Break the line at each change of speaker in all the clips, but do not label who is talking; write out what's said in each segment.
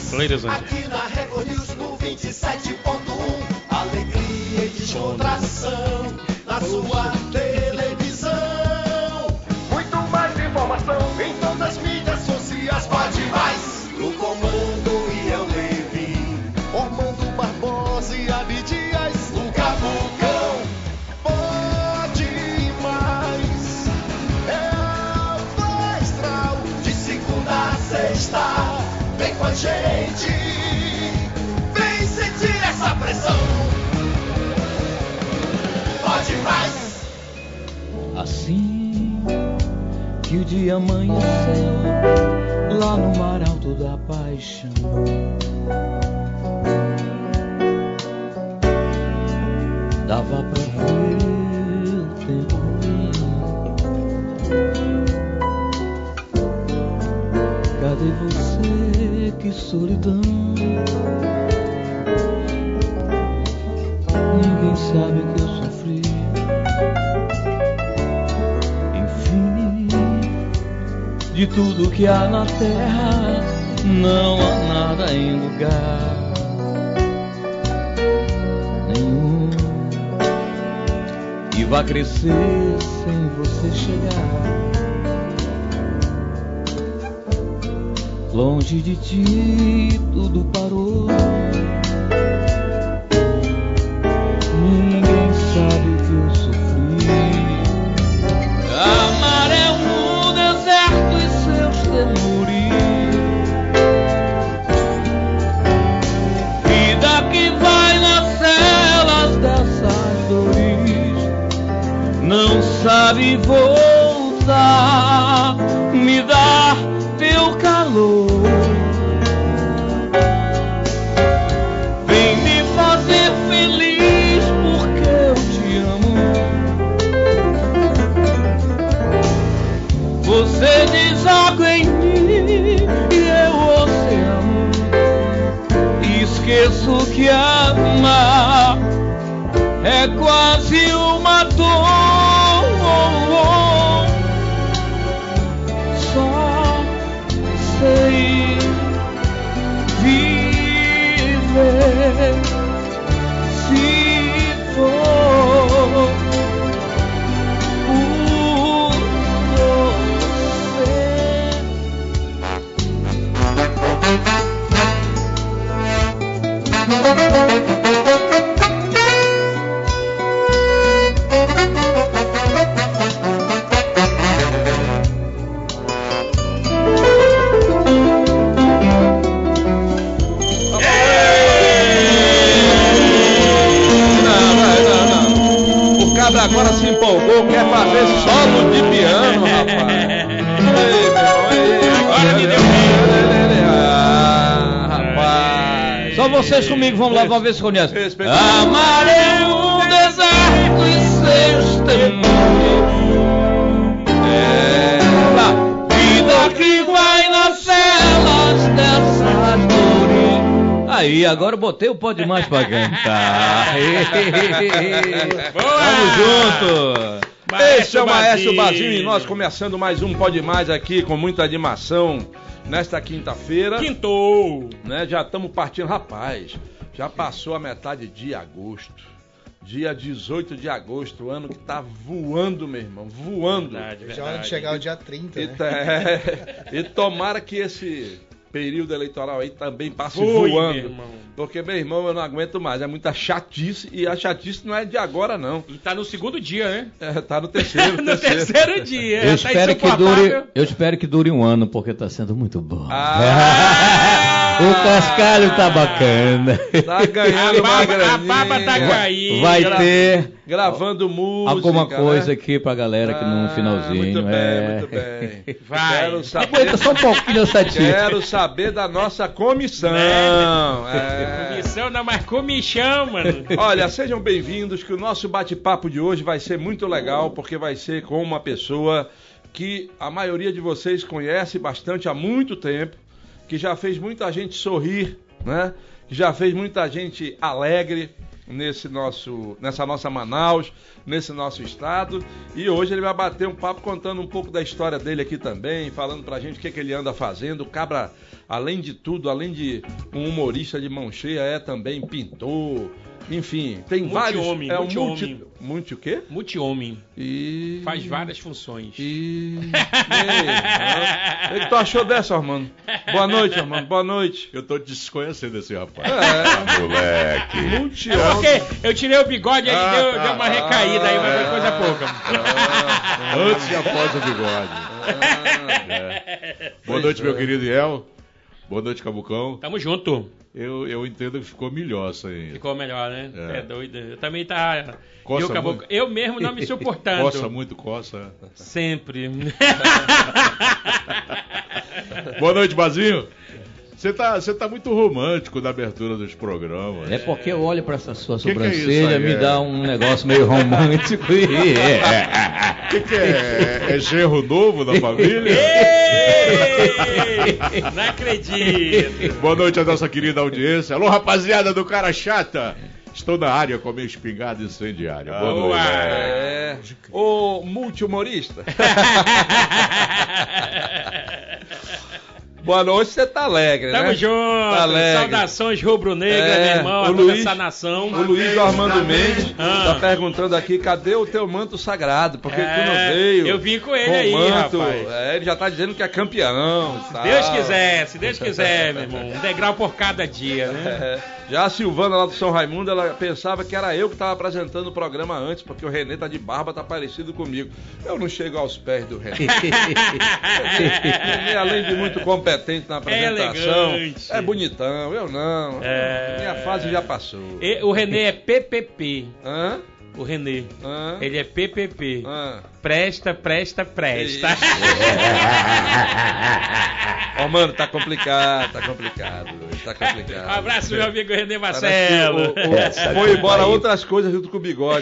Ladies and
Aqui na Record News no 27.1, alegria e descontração na sua televisão. Muito mais informação em todas as mídias sociais. Pode mais no comando e eu Levi, Ormando Barbosa e Abdias, o Cabucão. Pode mais, é a Astral de segunda a sexta. Vem com a gente, vem sentir essa pressão. Pode mais.
Assim que o dia amanheceu lá no mar alto da paixão, dava pra ver o tempo bem. Cadê você? Que solidão. Ninguém sabe o que eu sofri. Enfim, de tudo que há na terra, não há nada em lugar nenhum que vá crescer sem você chegar. Longe de ti tudo parou. Ninguém sabe o que eu sofri. Amar é um deserto e seus temores. Vida que vai nas celas dessas dores. Não sabe voltar, me dar teu calor. Vem me fazer feliz porque eu te amo. Você deságua em mim e eu oceano. Esqueço que amar é quase uma dor. Sei viver se for por
Agora se empolgou, quer fazer solo de piano, rapaz.
Agora me deu
rapaz. Só vocês comigo, vamos lá, vamos ver se conhece.
Amar
é um deserto e seus temores. Vida que vai nas celas dessas dores. Aí, agora eu botei o pó demais pra cantar. Vamos junto.
Esse é o Maestro Bazinho e nós começando mais um Pode Mais aqui com muita animação nesta quinta-feira.
Quintou!
Né, já estamos partindo, rapaz, já passou a metade de agosto. Dia 18 de agosto, o ano que tá voando, meu irmão, voando.
Verdade.
Já hora de chegar o dia 30, né?
E tomara que esse período eleitoral aí também passe
Foi,
voando.
meu irmão.
Porque, meu irmão, eu não aguento mais. É muita chatice. E a chatice não é de agora, não.
E tá no segundo dia, né?
Tá no terceiro.
No terceiro dia.
Eu
tá
espero que dure um ano, porque tá sendo muito bom.
Ah,
o cascalho tá bacana.
Tá ganhando uma graninha.
A baba tá caindo.
Vai ter
gravando música,
alguma coisa, né, aqui pra galera que no finalzinho.
Muito bem.
Vai.
Quero saber,
aguenta só um pouquinho essa tia.
Quero saber da nossa comissão.
Comissão não, mas comichão, mano.
Olha, sejam bem-vindos, que o nosso bate-papo de hoje vai ser muito legal, porque vai ser com uma pessoa que a maioria de vocês conhece bastante há muito tempo, que já fez muita gente sorrir, né? Que já fez muita gente alegre, nessa nossa Manaus, nesse nosso estado. E hoje ele vai bater um papo contando um pouco da história dele aqui também, falando pra gente o que ele anda fazendo. O cabra, além de tudo, além de um humorista de mão cheia, é também pintor. Enfim, tem vários... Multi o quê?
Multi-homem.
E...
Faz várias funções.
E... O que tu achou dessa, Armando? Boa noite, Armando. Boa noite.
Eu tô desconhecendo esse rapaz.
Moleque.
É porque eu tirei o bigode, aí deu uma recaída aí, mas foi coisa pouca.
Antes e após o bigode. Boa noite, meu querido Iel. Boa noite, Cabucão.
Tamo junto.
Eu entendo que ficou melhor isso aí.
Ficou melhor, né? É doido. Eu também tá...
Eu
mesmo não me suportando.
Coça muito, coça.
Sempre.
Boa noite, Bazinho. Você tá muito romântico na abertura dos programas.
É porque eu olho pra essa sua sobrancelha, me dá um negócio meio romântico e...
O que é? É genro novo da família?
Ei! Não acredito.
Boa noite à nossa querida audiência. Alô, rapaziada do Cara Chata. Estou na área com a minha espingarda incendiária. Boa noite.
O multi-humorista. Boa noite, você tá alegre, né?
Tamo junto.
Tá alegre.
Saudações rubro-negra, meu irmão, a toda essa nação.
O Luiz Armando Mendes tá perguntando aqui, cadê o teu manto sagrado? Porque tu não veio.
Eu vim com ele aí,
manto.
rapaz.
Ele já tá dizendo que é campeão.
Se Deus quiser, meu irmão. Um degrau por cada dia, né?
Já a Silvana lá do São Raimundo, ela pensava que era eu que estava apresentando o programa antes, porque o Renê tá de barba, tá parecido comigo. Eu não chego aos pés do Renê. Renê, além de muito competente na apresentação, é bonitão, eu não. Minha fase já passou.
O Renê é PPP.
Hã?
O Renê. Ele é PPP. Presta.
Ó, mano, tá complicado.
Um abraço, meu amigo Renê Marcelo.
Foi embora outras coisas junto com o bigode.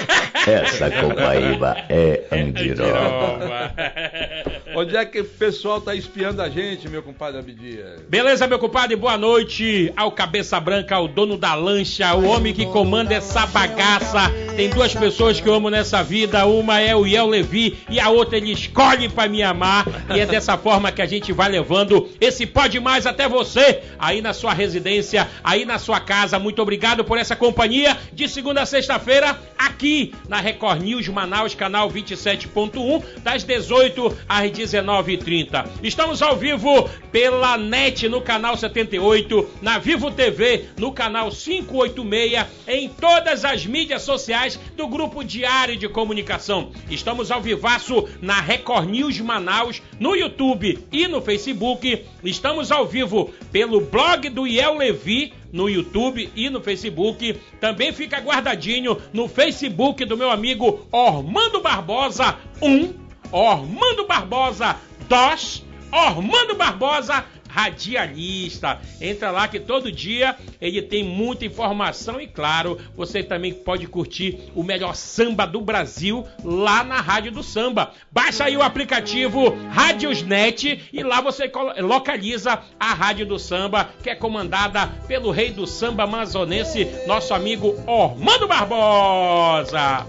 Essa copaíba é Andiroba.
Onde é que o pessoal tá espiando a gente, meu compadre Abdias?
Beleza, meu compadre? Boa noite ao Cabeça Branca, o dono da lancha, o homem que comanda essa bagaça. Tem duas pessoas que eu amo nessa vida, uma é o Iel Levi e a outra ele escolhe pra me amar. E é dessa forma que a gente vai levando esse Pode Mais até você, aí na sua residência, aí na sua casa. Muito obrigado por essa companhia de segunda a sexta-feira, aqui na Record News Manaus, canal 27.1, das 18 às 19h30. Estamos ao vivo pela NET no canal 78, na Vivo TV no canal 586, em todas as mídias sociais do Grupo Diário de Comunicação. Estamos ao vivaço na Record News Manaus, no YouTube e no Facebook. Estamos ao vivo pelo blog do Iel Levi, no YouTube e no Facebook. Também fica guardadinho no Facebook do meu amigo Ormando Barbosa 1, Ormando Barbosa 2, Ormando Barbosa radialista. Entra lá que todo dia ele tem muita informação e, claro, você também pode curtir o melhor samba do Brasil lá na Rádio do Samba. Baixa aí o aplicativo Rádiosnet e lá você localiza a Rádio do Samba, que é comandada pelo rei do samba amazonense, nosso amigo Ormando Barbosa.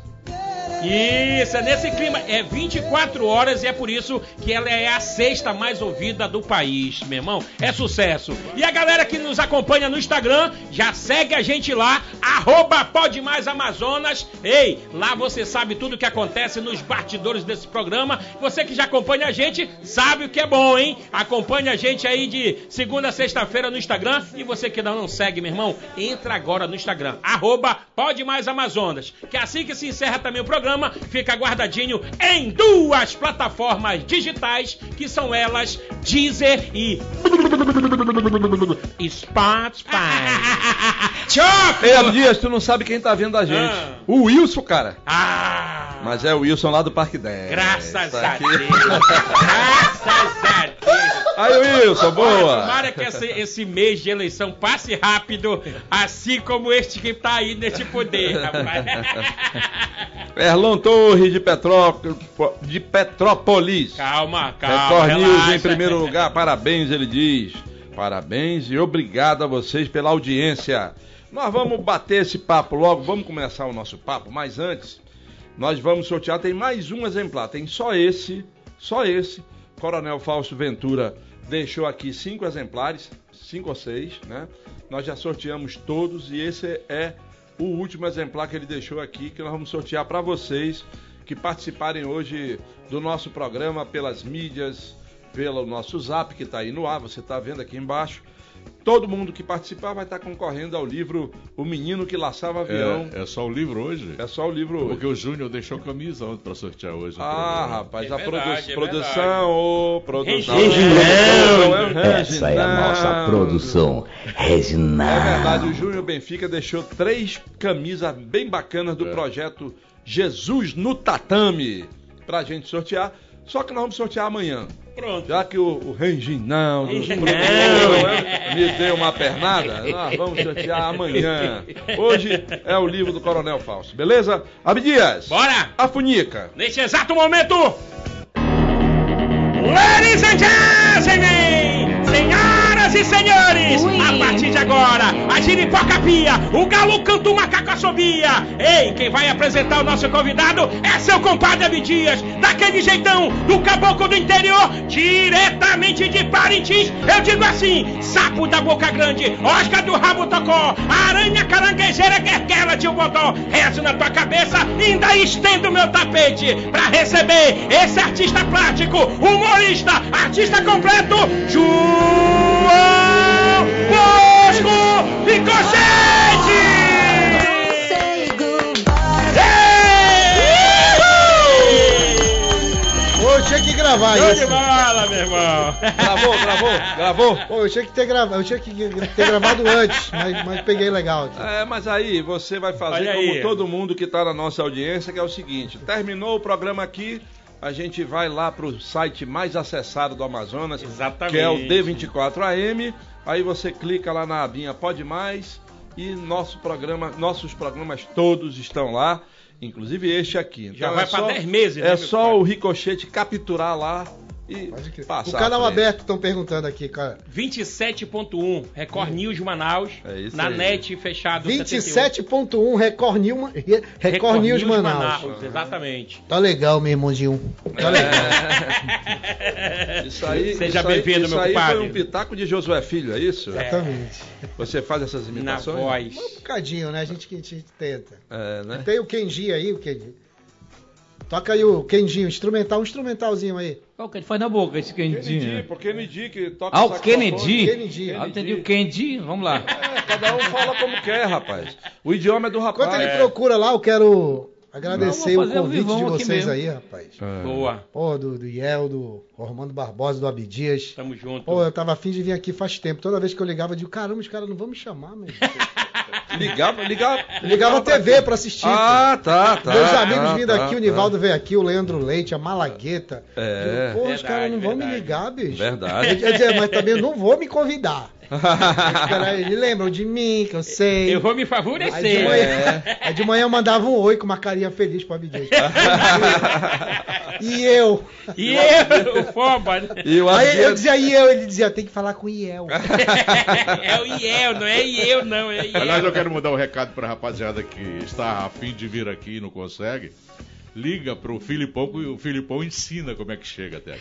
Isso, é nesse clima, é 24 horas e é por isso que ela é a sexta mais ouvida do país, meu irmão, é sucesso. E a galera que nos acompanha no Instagram, já segue a gente lá, @PodeMaisAmazonas. Ei, lá você sabe tudo o que acontece nos bastidores desse programa. Você que já acompanha a gente, sabe o que é bom, hein? Acompanha a gente aí de segunda a sexta-feira no Instagram. E você que não segue, meu irmão, entra agora no Instagram, @PodeMaisAmazonas, que assim que se encerra também o programa, fica guardadinho em duas plataformas digitais, que são elas, Deezer e Spotify.
Ei, Abdias, tu não sabe quem tá vendo a gente. O Wilson, cara. Mas é o Wilson lá do Parque 10.
Graças a Deus. Graças a Deus.
Aí, Wilson, boa.
Tomara que esse mês de eleição passe rápido, assim como este que tá aí neste poder, rapaz.
Erlon Torres de Petrópolis.
Calma.
Record News em primeiro lugar, parabéns, ele diz. Parabéns e obrigado a vocês pela audiência. Nós vamos bater esse papo logo, vamos começar o nosso papo, mas antes, nós vamos sortear, tem mais um exemplar, tem só esse, Coronel Fausto Ventura deixou aqui 5 exemplares, 5 ou 6, né? Nós já sorteamos todos e esse é o último exemplar que ele deixou aqui, que nós vamos sortear para vocês que participarem hoje do nosso programa pelas mídias, pelo nosso zap que está aí no ar, você está vendo aqui embaixo. Todo mundo que participar vai estar concorrendo ao livro O Menino que Laçava Avião.
É só o livro hoje?
É só o livro hoje.
Porque o Júnior deixou camisa ontem para sortear hoje.
Rapaz, a
verdade,
produção, produção.
Essa é a nossa produção, Reginaldo.
É verdade, o Júnior Benfica deixou 3 camisas bem bacanas do projeto Jesus no Tatame pra gente sortear. Só que nós vamos sortear amanhã.
Pronto.
Já que o Reginaldo me deu uma pernada, nós vamos sortear amanhã. Hoje é o livro do Coronel Fausto, beleza? Abdias.
Bora!
A Funica.
Nesse exato momento, ladies and gentlemen, senhoras e senhores, a partir de agora, a giripoca pia, o galo canta, o macaco assobia. Ei, quem vai apresentar o nosso convidado é seu compadre Abdias, daquele jeitão do caboclo do interior, diretamente de Parintins. Eu digo assim, sapo da boca grande, Oscar do rabo tocó, aranha caranguejeira, guerguela de um bodó. Rezo na tua cabeça, ainda estendo meu tapete pra receber esse artista plástico, humorista, artista completo, João Bosco Ricochete!
Eu tinha que gravar
Show
isso.
de bola, meu irmão!
Gravou?
Pô, eu tinha que ter gravado antes, mas peguei legal aqui.
Mas aí você vai fazer
Olha
como
aí.
todo mundo que está na nossa audiência, que é o seguinte: terminou o programa aqui, a gente vai lá pro site mais acessado do Amazonas,
Exatamente.
que é o D24AM. Aí você clica lá na abinha Pode Mais e nossos programas todos estão lá, inclusive este aqui.
Já
Então
vai
é
pra
só-
10 meses, né,
É
meu
só
pai?
o Ricochete capturar lá e
Pode crer.
passar.
O canal
à frente.
aberto, estão perguntando aqui, cara.
27.1, Record News Manaus,
É isso
na
aí.
net fechado
27.1 Record News Manaus.
Exatamente.
Tá legal, meu irmãozinho. Tá legal.
Isso aí,
Seja
isso aí-
bem-vindo, meu
Isso aí
compadre.
foi um pitaco de Josué Filho, é isso?
Exatamente.
Você faz essas
Na
imitações?
voz.
Um bocadinho, né? A gente tenta.
É, né?
Tem o Kenji aí, o Kenji. Toca aí o Kenji, um instrumentalzinho aí.
Qual que ele faz na boca, esse
Kennedy,
Kennedy?
por Kennedy que toca
Ah, o
saxofone.
Kennedy?
Kennedy.
Ah, entendi o Kennedy. Vamos lá.
Cada um fala como quer, rapaz. O idioma é do rapaz.
Enquanto ele procura lá, eu quero agradecer
Não,
o
vou fazer ao
convite de
vivão aqui
vocês
mesmo.
aí, rapaz.
Boa.
Pô, do Iel, do Ormando Barbosa, do Abdias.
Tamo junto.
Pô, eu tava afim de vir aqui faz tempo. Toda vez que eu ligava, eu digo, caramba, os caras não vão me chamar, mas...
Ligava
Ligava a TV pra assistir.
Ah, tá.
Meus amigos vindo
tá,
aqui, o Nivaldo veio aqui, o Leandro Leite, a Malagueta.
É.
Pô, os
Verdade,
caras não vão me
verdade.
ligar, bicho.
Verdade.
Quer dizer, mas também eu não vou me convidar. Eles lembram de mim, que eu sei.
Eu vou me
Aí de,
favorecer.
manhã, aí de manhã eu mandava um oi com uma carinha feliz pro Abdias. E eu.
E eu, o Foba, né?
E o
Aí eu
Abdias,
dizia Iel, ele dizia, tem que falar com o Iel.
É o Iel, não é Iel, não, é
Aliás, eu
Iel.
quero mandar um recado pra rapaziada que está a fim de vir aqui e não consegue. Liga pro Filipão e o Filipão ensina como é que chega até aqui.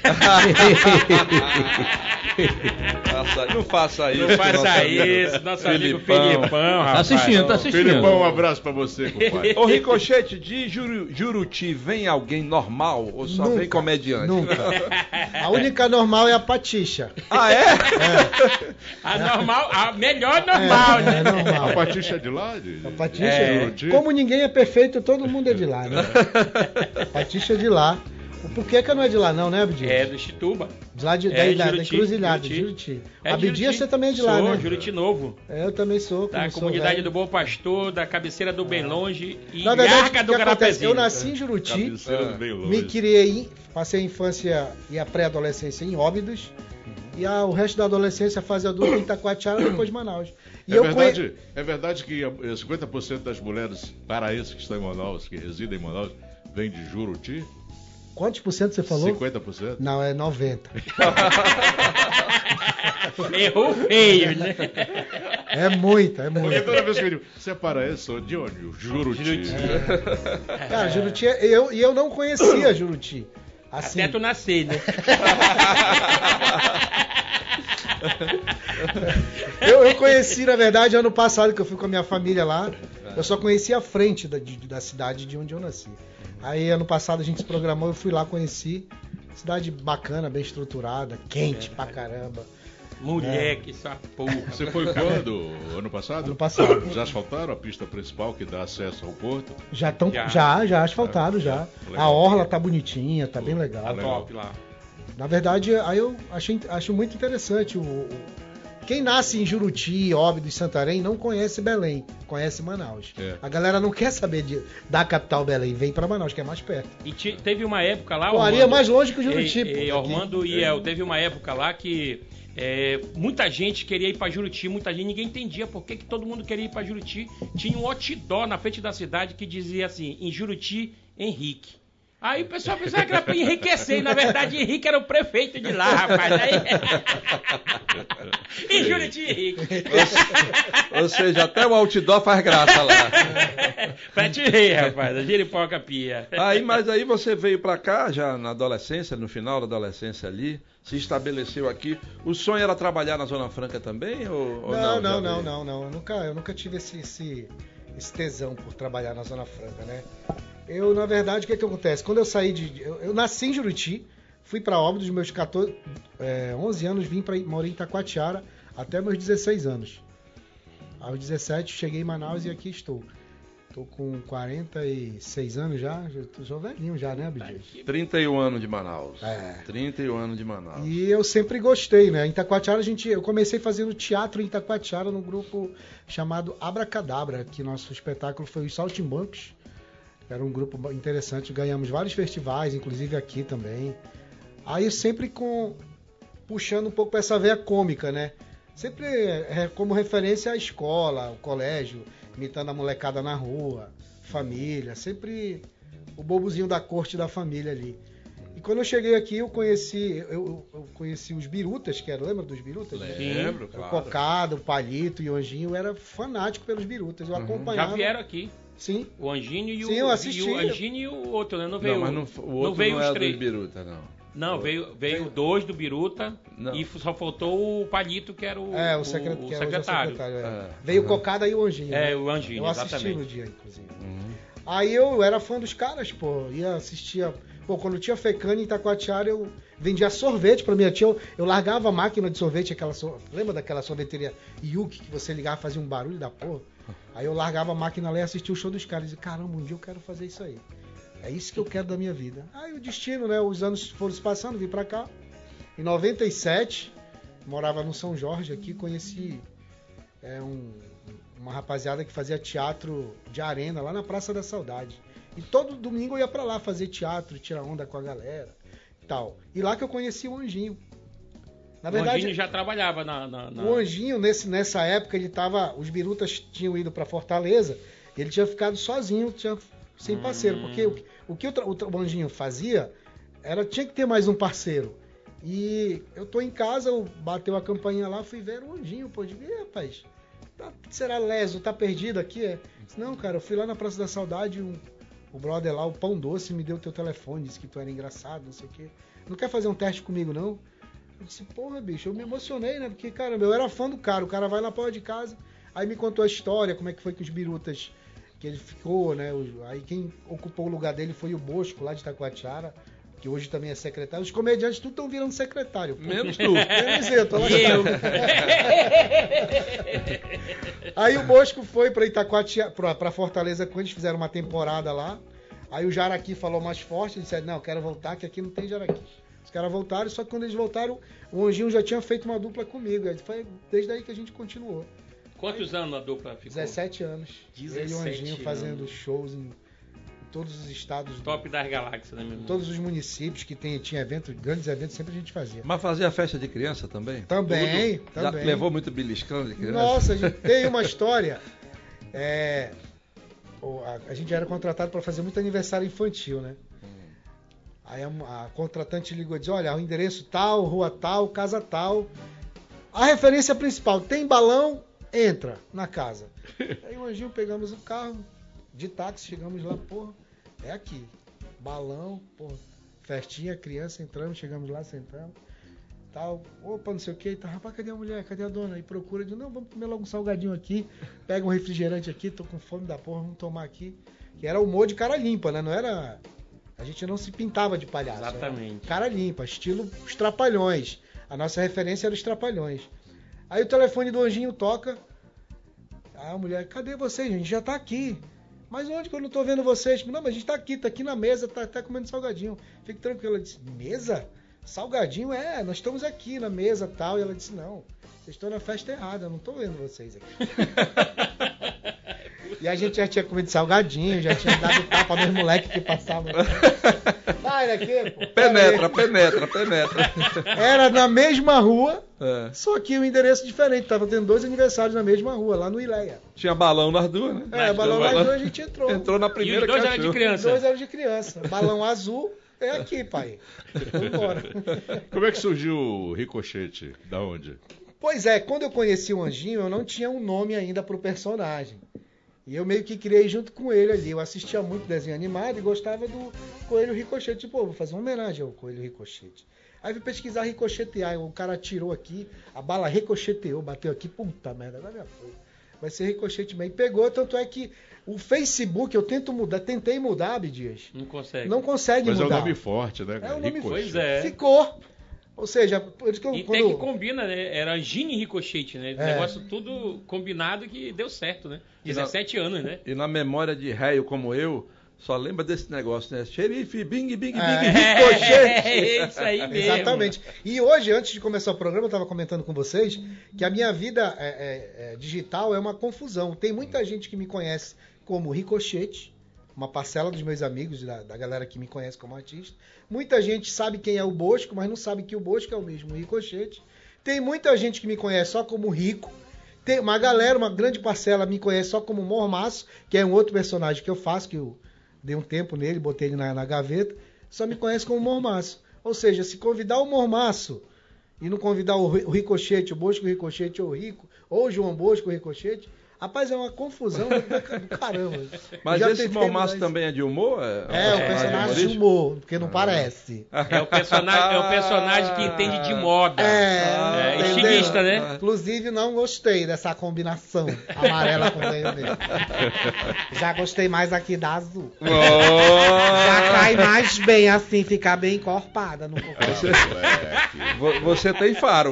não faça isso.
Não faça
nosso amigo
isso, nosso amigo
Filipão.
Filipão, rapaz.
Tá assistindo, tá assistindo.
Filipão, um abraço pra você, compadre.
Ô Ricochete, de Juruti vem alguém normal ou só vem comediante?
Nunca. A única normal é a Patixa.
Ah, é?
A normal, a melhor normal, né?
É normal.
A Patixa é de lá?
A Patixa,
É.
Juruti?
como ninguém é perfeito, todo mundo é de lá, né? A Patixa é de lá. O Puqueca não é de lá não, né, Abdias?
É do Chituba.
De lá da
Juruti,
Encruzilhada,
Juruti.
Juruti.
É
Abdias
Juruti.
você também é de lá,
Sou,
né?
Juruti Novo.
É, eu também sou.
Da
como sou
comunidade
velho.
do Bom Pastor, da cabeceira do Bem Longe e
Na verdade,
Larga
o
do
que acontece?
Garapezinho.
Eu nasci em Juruti,
Cabeceira do bem longe.
me criei, passei a infância e a pré-adolescência em Óbidos, e o resto da adolescência, fase adulta em Itacoatiara, depois de Manaus. E
É verdade que 50% das mulheres paraenses que estão em Manaus, que residem em Manaus, vêm de Juruti?
Quantos por cento você falou?
50%?
Não, é 90.
Errou feio, né?
É muita, é
Porque
muita.
toda vez que eu digo, você é paraense, sou de onde? Juruti.
Cara, Juruti, eu não conhecia Juruti. Assim,
Até tu nascer, né?
eu conheci, na verdade, ano passado, que eu fui com a minha família lá. Eu só conheci a frente da cidade de onde eu nasci. Aí, ano passado, a gente se programou, eu fui lá, conheci. Cidade bacana, bem estruturada, quente pra caramba.
Mulher, que só porra.
Você foi quando? Ano passado?
Ano passado.
Já asfaltaram a pista principal que dá acesso ao porto?
Já asfaltado, já.
Legal.
A orla tá bonitinha, tá bem legal.
Tá top lá.
Na verdade, aí eu acho muito interessante. Quem nasce em Juruti, Óbidos e Santarém não conhece Belém, conhece Manaus.
É.
A galera não quer saber da capital Belém, vem pra Manaus, que é mais perto.
E teve uma época lá...
Pô, Ari é mais longe que o Juruti. pô.
Armando e El, teve uma época lá que muita gente queria ir pra Juruti, ninguém entendia por que todo mundo queria ir pra Juruti. Tinha um outdoor na frente da cidade que dizia assim, em Juruti, Henrique. Aí o pessoal pensava que era pra enriquecer, e na verdade Henrique era o prefeito de lá, rapaz. Aí... em Juruti, Henrique.
Ou seja, até o outdoor faz graça lá.
Pra te rir, rapaz, a giripoca pia.
Mas aí você veio pra cá já na adolescência, no final da adolescência ali, se estabeleceu aqui. O sonho era trabalhar na Zona Franca também? Ou
Não. Eu nunca tive esse tesão por trabalhar na Zona Franca, né? Eu, na verdade, o que acontece? Quando eu saí eu nasci em Juruti, fui para Óbidos, meus 11 anos, morei em Itacoatiara até meus 16 anos. Aos 17, cheguei em Manaus e aqui estou. Estou com 46 anos já, sou velhinho já, né, Abdias?
31 anos de Manaus. 31
É.
anos de Manaus.
E eu sempre gostei, né? Em Itacoatiara, eu comecei fazendo teatro em Itacoatiara num grupo chamado Abracadabra, que nosso espetáculo foi os Saltimbancos. Era um grupo interessante, ganhamos vários festivais, inclusive aqui também. Aí sempre puxando um pouco para essa veia cômica, né? Sempre como referência à escola, o colégio, imitando a molecada na rua, família, sempre o bobozinho da corte da família ali. E quando eu cheguei aqui, eu conheci os Birutas, lembra dos Birutas?
Lembro,
claro. O Cocada, o Palito e o Anjinho, eu era fanático pelos Birutas, eu acompanhava.
Já vieram aqui.
Sim.
O Anjinho e o...
Sim, eu assisti.
E o Anjinho e o outro, né? Não veio...
Não, mas o outro
veio
não
os
é
três.
do Biruta, não.
Não, veio dois do Biruta e só faltou o Palito, que era o secretário.
Veio o Cocada e o Anjinho.
O Anjinho,
eu assisti
exatamente.
no dia, inclusive. Aí eu era fã dos caras, pô. Ia assistir... Pô, quando tinha Fecane em Itacoatiara, eu vendia sorvete pra minha tia. Eu largava a máquina de sorvete, lembra daquela sorveteria Yuki, que você ligava e fazia um barulho da porra? Aí eu largava a máquina lá e assistia o show dos caras. E caramba, um dia eu quero fazer isso aí. É isso que eu quero da minha vida. Aí o destino, né? Os anos foram se passando, vim pra cá. Em 97, morava no São Jorge aqui, conheci uma rapaziada que fazia teatro de arena lá na Praça da Saudade. E todo domingo eu ia pra lá fazer teatro, tirar onda com a galera e tal. E lá que eu conheci o Anjinho. Na verdade,
o Anjinho já trabalhava
O Anjinho, nessa época, os Birutas tinham ido pra Fortaleza, e ele tinha ficado sozinho, sem parceiro. Porque o que o Anjinho fazia, tinha que ter mais um parceiro. E eu tô em casa, bateu a campainha lá, fui ver o Anjinho, pô, rapaz, será leso, tá perdido aqui? Não, cara, eu fui lá na Praça da Saudade, o brother lá, o Pão Doce, me deu teu telefone, disse que tu era engraçado, não sei o quê. Não quer fazer um teste comigo, não? Eu disse, porra, bicho, eu me emocionei, né? Porque, caramba, eu era fã do cara, o cara vai lá pra porta de casa, aí me contou a história, como é que foi que os Birutas, que ele ficou, né? Aí quem ocupou o lugar dele foi o Bosco, lá de Itacoatiara, que hoje também é secretário. Os comediantes tudo estão virando secretário.
Menos tu.
Menos eu, tô lá. Aí o Bosco foi pra Itacoatiara, pra Fortaleza, quando eles fizeram uma temporada lá. Aí o Jaraqui falou mais forte, ele disse, não, eu quero voltar, que aqui não tem Jaraqui. Os caras voltaram, só que quando eles voltaram, o Anjinho já tinha feito uma dupla comigo. Foi desde aí que a gente continuou.
Quantos anos a dupla ficou?
17 anos.
17
eu e o Anjinho
anos.
fazendo shows em todos os estados.
Top das galáxias, né, meu irmão?
Todos os municípios que tinha grandes eventos, sempre a gente fazia.
Mas fazia festa de criança também?
Também.
Já levou muito beliscão de criança?
Nossa, a gente tem uma história. A gente já era contratado para fazer muito aniversário infantil, né? Aí a contratante ligou e disse, olha, o endereço tal, rua tal, casa tal. A referência principal, tem balão entra na casa. Aí o Anjinho, pegamos o carro de táxi, chegamos lá, porra, é aqui. Balão, porra, festinha, criança, entramos, chegamos lá, sentamos. Tal, opa, não sei o que, tá, rapaz, cadê a mulher, cadê a dona? Aí procura, não, vamos comer logo um salgadinho aqui, pega um refrigerante aqui, tô com fome da porra, vamos tomar aqui. Que era humor de cara limpa, né? Não era... A gente não se pintava de palhaço.
Exatamente.
Cara limpa, estilo Os Trapalhões. A nossa referência era Os Trapalhões. Aí o telefone do Anjinho toca. Aí a mulher, cadê vocês? A gente já tá aqui. Mas onde que eu não tô vendo vocês? Não, mas a gente tá aqui na mesa, tá comendo salgadinho. Fique tranquilo. Ela disse, mesa? Salgadinho? Nós estamos aqui na mesa e tal. E ela disse, não, vocês estão na festa errada, eu não tô vendo vocês aqui. E a gente já tinha comido salgadinho, já tinha dado tapa nos moleques que passavam. Sai daqui, pô.
Penetra.
Era na mesma rua, só que um endereço diferente. Tava tendo 2 aniversários na mesma rua, lá no Ileia.
Tinha balão nas duas, né?
Balão nas duas a gente entrou.
Entrou na primeira.
E os 2 eram de criança.
Os 2 eram de criança. Balão azul é aqui, pai. Vamos embora.
Como é que surgiu o Ricochete? Da onde?
Pois é, quando eu conheci o Anjinho, eu não tinha um nome ainda pro personagem. E eu meio que criei junto com ele ali. Eu assistia muito desenho animado e gostava do Coelho Ricochete. Tipo, vou fazer uma homenagem ao Coelho Ricochete. Aí fui pesquisar ricochetear. O cara atirou aqui, a bala ricocheteou, bateu aqui. Puta merda, agora vai ser ricochete mesmo. E pegou, tanto é que o Facebook eu tentei mudar, Abdias.
Não consegue.
Não consegue
Mas
mudar.
Mas é um nome forte, né?
É um nome
forte.
Ficou. Ou seja, por isso que
E tem que combina, né? Era Gini Ricochete, né? Negócio tudo combinado que deu certo, né? 17 anos, né?
E na memória de réio como eu, só lembra desse negócio, né? Xerife, bing, ricochete.
É isso aí mesmo.
Exatamente. E hoje, antes de começar o programa, eu estava comentando com vocês que a minha vida digital é uma confusão. Tem muita gente que me conhece como Ricochete, uma parcela dos meus amigos, da galera que me conhece como artista. Muita gente sabe quem é o Bosco, mas não sabe que o Bosco é o mesmo Ricochete. Tem muita gente que me conhece só como Rico. Tem uma galera, uma grande parcela me conhece só como Mormaço, que é um outro personagem que eu faço, que eu dei um tempo nele, botei ele na gaveta. Só me conhece como Mormaço. Ou seja, se convidar o Mormaço e não convidar o Ricochete, o Bosco Ricochete ou o Rico, ou o João Bosco Ricochete, rapaz, é uma confusão do caramba.
Mas esse Mormaço também é de humor?
O personagem de humor, porque não parece.
É o personagem que entende de moda. Estilista, né?
Inclusive, não gostei dessa combinação amarela com vermelho. Já gostei mais aqui da azul. Já cai mais bem assim, fica bem encorpada no corpo.
Você tem faro.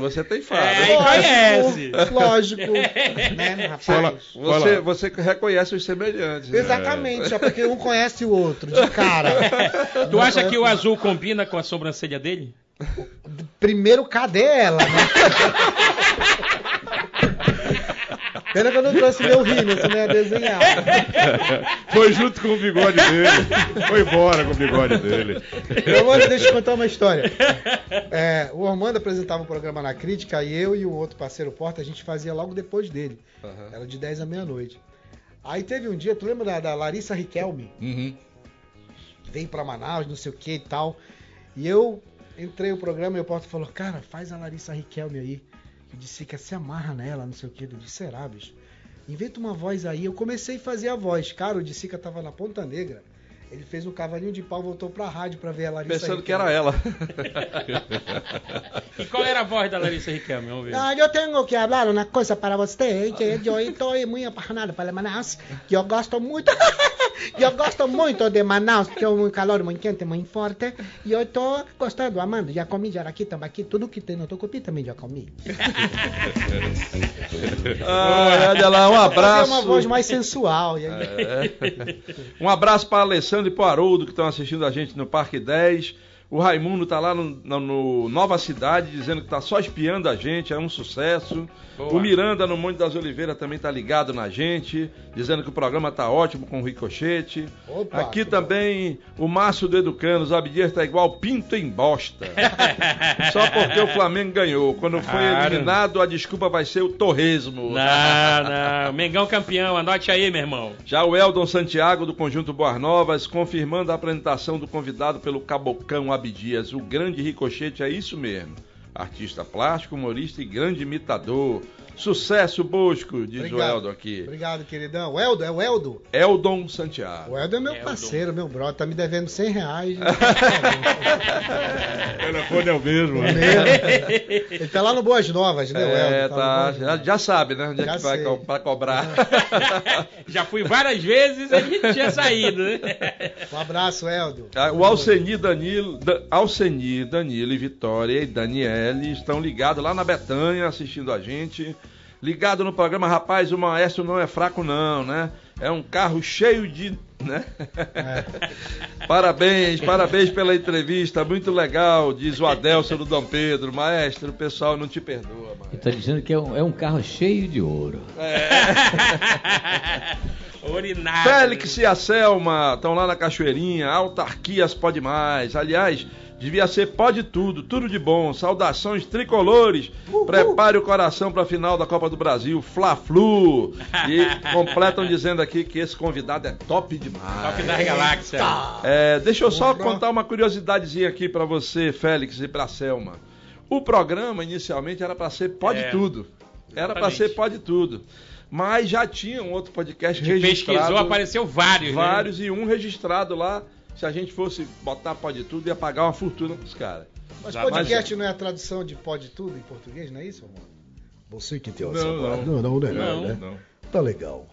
Lógico. Né, rapaz?
Você reconhece os semelhantes.
Exatamente, é porque um conhece o outro, de cara.
Tu acha que o azul combina com a sobrancelha dele?
Primeiro, cadê ela, né? Pena que eu não trouxe meu rímel, senão ia desenhar.
Foi junto com o bigode dele. Foi embora com o bigode dele.
Ormando, deixa eu contar uma história. O Ormando apresentava um programa na Crítica e eu e o outro parceiro Porta, a gente fazia logo depois dele. Uhum. Era de 10 à meia-noite. Aí teve um dia, tu lembra da Larissa Riquelme?
Uhum.
Veio pra Manaus, não sei o que e tal. E eu entrei no programa e o Porta falou, cara, faz a Larissa Riquelme aí. Eu disse que se amarra nela, não sei o que. Eu disse, será, bicho? Inventa uma voz aí. Eu comecei a fazer a voz. Cara, o Dissica tava na Ponta Negra. Ele fez um cavalinho de pau, voltou pra rádio pra ver a Larissa
Pensando
Riquelme.
Que era ela.
E qual era a voz da Larissa Riquelme? Vamos ver.
Eu tenho que falar uma coisa para você. Eu estou muito apaixonado pela Manaus. Que eu gosto muito. Eu gosto muito de Manaus, porque é um calor muito quente, muito forte. E eu estou gostando, amando. Já comi jaraqui, tambaqui, tudo que tem no Tucupi também já comi.
Olha lá, um abraço.
É uma voz mais sensual. E aí...
Um abraço para Alessandro e para o Haroldo, que estão assistindo a gente no Parque 10. O Raimundo tá lá no Nova Cidade, dizendo que tá só espiando a gente, é um sucesso. Boa. O Miranda, no Monte das Oliveiras, também tá ligado na gente, dizendo que o programa tá ótimo com o Ricochete. Opa, aqui também bom. O Márcio do Educanos, o Abdias tá igual pinto em bosta. Só porque o Flamengo ganhou. Quando foi eliminado, a desculpa vai ser o torresmo.
Não. Mengão campeão, anote aí, meu irmão.
Já o Eldon Santiago, do Conjunto Boas Novas, confirmando a apresentação do convidado pelo Cabocão Abdias. O grande Ricochete é isso mesmo. Artista plástico, humorista e grande imitador. Sucesso, Bosco, diz
Obrigado.
o Eldo aqui.
Obrigado, queridão. O Eldo, é o Eldo?
Eldon Santiago.
O Eldo é meu parceiro, meu brother. Tá me devendo R$100.
O telefone é o mesmo, né?
Ele tá lá no Boas Novas, né, o Eldo?
Tá. Já sabe, né? Onde é
Já
que vai
sei.
pra cobrar.
Já fui várias vezes e a gente tinha saído, né?
Um abraço, Eldo.
O Alceni, Danilo e Vitória e Daniele estão ligados lá na Betânia assistindo a gente. Ligado no programa, rapaz, o maestro não é fraco não, né? É um carro cheio de... né? Parabéns pela entrevista, muito legal, diz o Adelson do Dom Pedro. Maestro, o pessoal não te perdoa, mano.
Ele tá dizendo que é um carro cheio de ouro.
Orinado.
Félix e a Selma estão lá na Cachoeirinha. Autarquias pode mais. Aliás, devia ser pode tudo, tudo de bom. Saudações tricolores. Prepare o coração para a final da Copa do Brasil, Fla-Flu. E completam dizendo aqui que esse convidado é top demais.
Top da galáxia.
Deixa eu só contar uma curiosidadezinha aqui para você, Félix, e para a Selma. O programa inicialmente era para ser pode tudo. Era para ser pode tudo. Mas já tinha um outro podcast registrado.
Pesquisou, apareceu vários.
Vários, né? E um registrado lá. Se a gente fosse botar pode tudo, ia pagar uma fortuna pros caras.
Mas podcast não é a tradução de pode tudo em português, não é isso, amor? Você que tem essa palavra. Não, né?
Não.
Tá legal.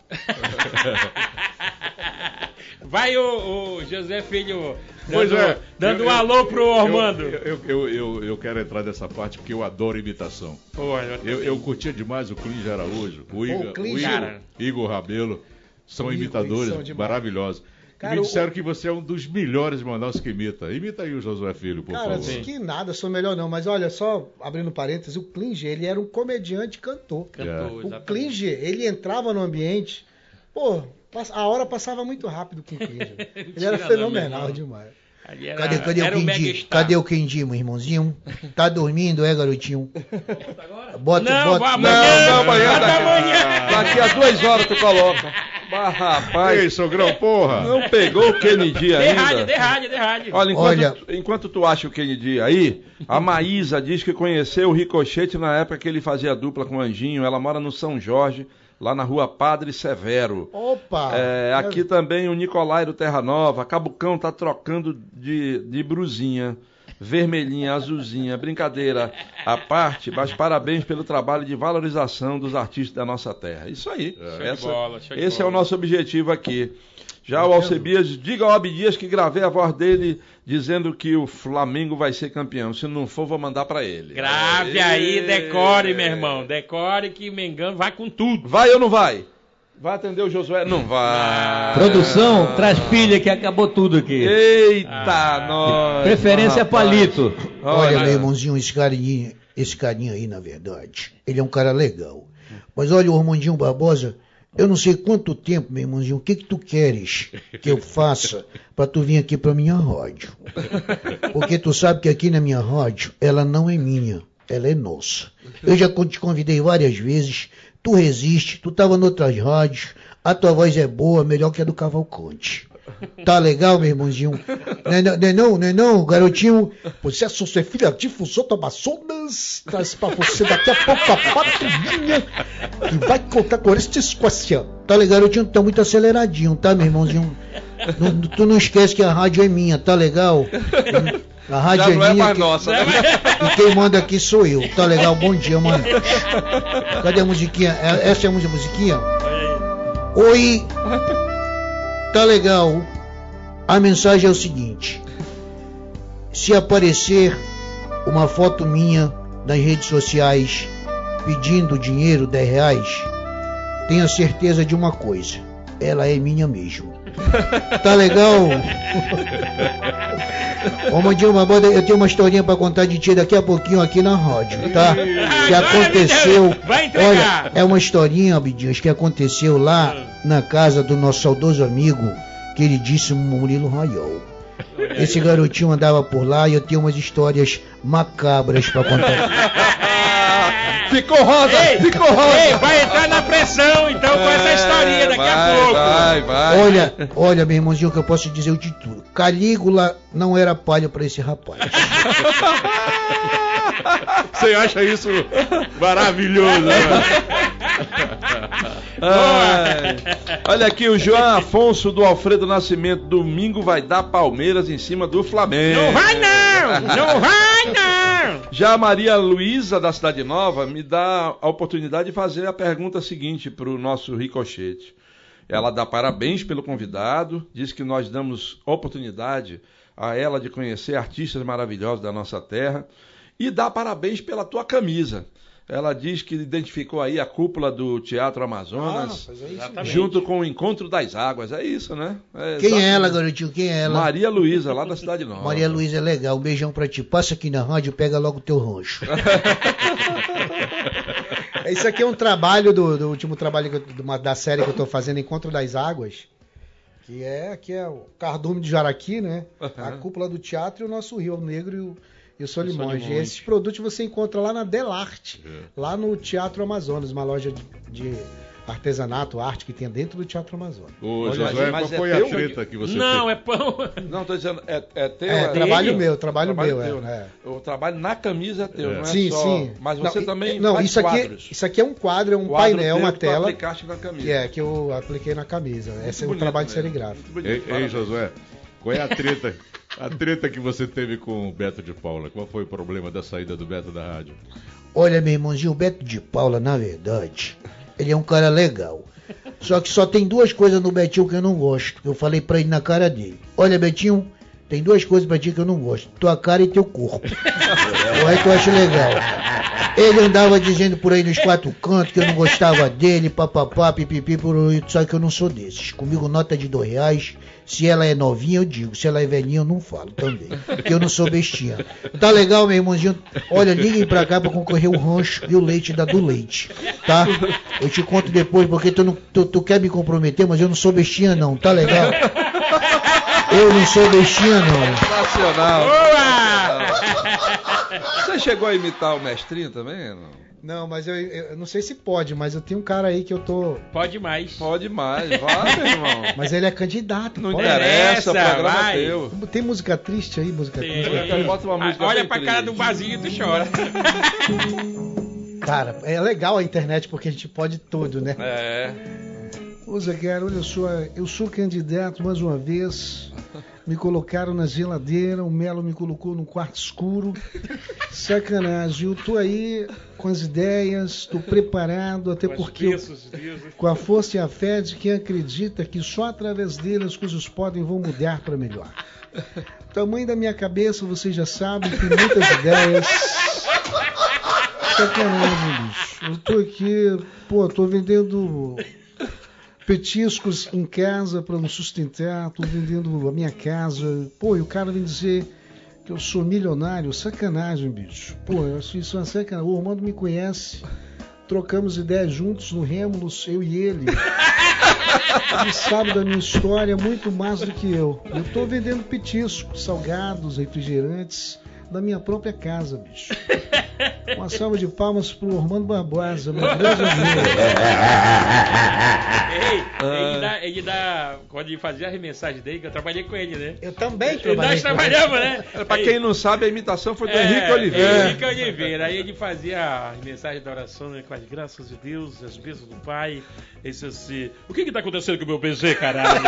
Vai o José Filho
Pois
dando um alô pro Armando.
Eu quero entrar nessa parte porque eu adoro imitação. Eu curtia demais o Clínio Araújo, o Igor Rabelo. São imitadores maravilhosos. Cara, me disseram que você é um dos melhores de Manaus que imita. Imita aí o Josué Filho, por favor.
Cara, que nada, sou melhor não. Mas olha, só abrindo parênteses, o Klinger, ele era um comediante e cantor. O Klinger, ele entrava no ambiente, pô, a hora passava muito rápido com o Klinger. Ele era fenomenal demais. Cadê o Kendi, meu irmãozinho? Tá dormindo, garotinho? Bota.
Amanhã. Daqui a 2 horas tu coloca. Rapaz.
Ei, sogrão, porra.
Não pegou o Kennedy ainda.
De rádio.
Olha, enquanto tu acha o Kennedy aí, a Maísa diz que conheceu o Ricochete na época que ele fazia dupla com o Anjinho. Ela mora no São Jorge, lá na rua Padre Severo.
Opa!
Aqui também o Nicolai do Terra Nova. Cabucão tá trocando de brusinha. Vermelhinha, azulzinha, brincadeira à parte, mas parabéns pelo trabalho de valorização dos artistas da nossa terra. Isso aí. Esse é o nosso objetivo aqui. Já o Alcebias, diga ao Abdias que gravei a voz dele dizendo que o Flamengo vai ser campeão. Se não for, vou mandar pra ele.
Grave aí, decore, meu irmão. Decore que Mengão vai com tudo.
Vai ou não vai? Vai atender o Josué? Não vai.
Produção, traz pilha que acabou tudo aqui.
Eita, nós.
Preferência palito.
Olha, meu irmãozinho, esse carinha aí, na verdade, ele é um cara legal. Mas olha, o Armandinho Barbosa, eu não sei quanto tempo, meu irmãozinho, o que tu queres que eu faça pra tu vir aqui pra minha rádio? Porque tu sabe que aqui na minha rádio, ela não é minha, ela é nossa. Eu já te convidei várias vezes. Tu resiste, tu tava noutras rádios, a tua voz é boa, melhor que a do Cavalcante. Tá legal, meu irmãozinho? Não, garotinho. Você é filha de Fussou Tomassonas. Traz pra você daqui a pouco a patrulhinha que vai contar com esta Escócia. Tá legal, garotinho? Tu tá muito aceleradinho, tá, meu irmãozinho? Tu não esquece que a rádio é minha, tá legal? A rádio já não é mais nossa, né? E quem manda aqui sou eu. Tá legal? Bom dia, mano. Cadê a musiquinha? Essa é a musiquinha? Oi. Tá legal. A mensagem é o seguinte. Se aparecer uma foto minha nas redes sociais pedindo dinheiro, R$10, tenha certeza de uma coisa. Ela é minha mesmo. Tá legal? Ô, Mandinho, eu tenho uma historinha pra contar de ti daqui a pouquinho aqui na rádio, tá? Que aconteceu. Olha, é uma historinha, Abdias, que aconteceu lá na casa do nosso saudoso amigo, queridíssimo Murilo Raiol. Esse garotinho andava por lá e eu tenho umas histórias macabras pra contar.
Ficou rosa!
Ei, vai entrar na pressão, então, com essa historinha daqui a pouco.
Vai. Olha, meu irmãozinho, que eu posso dizer o título. Calígula não era palha pra esse rapaz.
Você acha isso maravilhoso, né?
Olha aqui, o João Afonso do Alfredo Nascimento. Domingo vai dar Palmeiras em cima do Flamengo.
Não vai não!
Já a Maria Luísa da Cidade Nova me dá a oportunidade de fazer a pergunta seguinte para o nosso Ricochete. Ela dá parabéns pelo convidado, diz que nós damos oportunidade a ela de conhecer artistas maravilhosos da nossa terra e dá parabéns pela tua camisa. Ela diz que identificou aí a cúpula do Teatro Amazonas, junto com o Encontro das Águas. É isso, né?
Quem é ela, garotinho? Quem é ela?
Maria Luísa, lá da Cidade Nova.
Maria Luísa é legal. Um beijão pra ti. Passa aqui na rádio e pega logo o teu rancho. Isso aqui é um trabalho do último trabalho da série que eu tô fazendo, Encontro das Águas. Que é o Cardume de Jaraqui, né? A cúpula do teatro e o nosso Rio Negro e o Solimões. Esses produtos você encontra lá na Delarte, lá no Teatro Amazonas, uma loja de artesanato, arte que tem dentro do Teatro Amazonas.
Ô, Josué, qual foi a treta que você fez?
Não, é pão.
Não, tô dizendo, é teu.
Trabalho meu.
O trabalho na camisa é teu, não é
sim,
só...
Sim.
Mas você também
faz quadros. Isso aqui é um quadro, é um painel, uma tela.
Que tu aplicaste na camisa.
Que eu apliquei na camisa. Esse é o trabalho de serigrafia.
Ei, Josué, qual é a treta? A treta que você teve com o Beto de Paula, qual foi o problema da saída do Beto da rádio?
Olha, meu irmãozinho, o Beto de Paula, na verdade, ele é um cara legal. Só que só tem duas coisas no Betinho que eu não gosto. Eu falei pra ele na cara dele. Olha, Betinho, tem duas coisas pra ti que eu não gosto. Tua cara e teu corpo. O resto eu acho legal. Ele andava dizendo por aí nos quatro cantos que eu não gostava dele, papapá, pipipi, só que eu não sou desses. Comigo nota de R$2. Se ela é novinha, eu digo. Se ela é velhinha, eu não falo também. Porque eu não sou bestinha. Tá legal, meu irmãozinho? Olha, liguem pra cá pra concorrer o rancho e o leite do leite. Tá? Eu te conto depois, porque tu quer me comprometer, mas eu não sou bestinha, não. Tá legal? Eu não sou bestinha, não.
Nacional. Você chegou a imitar o Mestrinho também, não?
Não, mas eu não sei se pode, mas eu tenho um cara aí que eu tô...
Pode mais,
vai, meu irmão.
Mas ele é candidato.
Não interessa, o programa é teu.
Tem música triste aí, música triste?
Bota uma música
olha pra cara do Bazinho e tu chora.
Cara, é legal a internet porque a gente pode tudo, né? Ô Zé Guerra, olha só, eu sou candidato mais uma vez. Me colocaram na geladeira, o Melo me colocou no quarto escuro. Sacanagem, eu tô aí com as ideias, tô preparado, até porque com a força e a fé de quem acredita que só através dele as coisas vão mudar para melhor. O tamanho da minha cabeça, vocês já sabem, tem muitas ideias. Sacanagem, bicho. Eu tô aqui, tô vendendo petiscos em casa para me sustentar, tô vendendo a minha casa. E o cara vem dizer que eu sou milionário. Sacanagem, bicho. Eu acho isso uma sacanagem. O Romano me conhece, trocamos ideias juntos no Rêmulos, eu e ele. Ele sabe da minha história muito mais do que eu. Eu tô vendendo petiscos, salgados, refrigerantes da minha própria casa, bicho. Uma salva de palmas pro Ormando Barbosa, meu grande amigo.
Ele dá. Quando ele fazia a remessagem dele, que eu trabalhei com ele, né?
Eu também trabalhei.
Nós trabalhamos, né?
Pra quem não sabe, a imitação foi do Henrique Oliveira.
Henrique Oliveira. Aí ele fazia a mensagem da oração, né? Com as graças de Deus, as bênçãos do Pai. Esse assim. O que tá acontecendo com o meu BZ, caralho?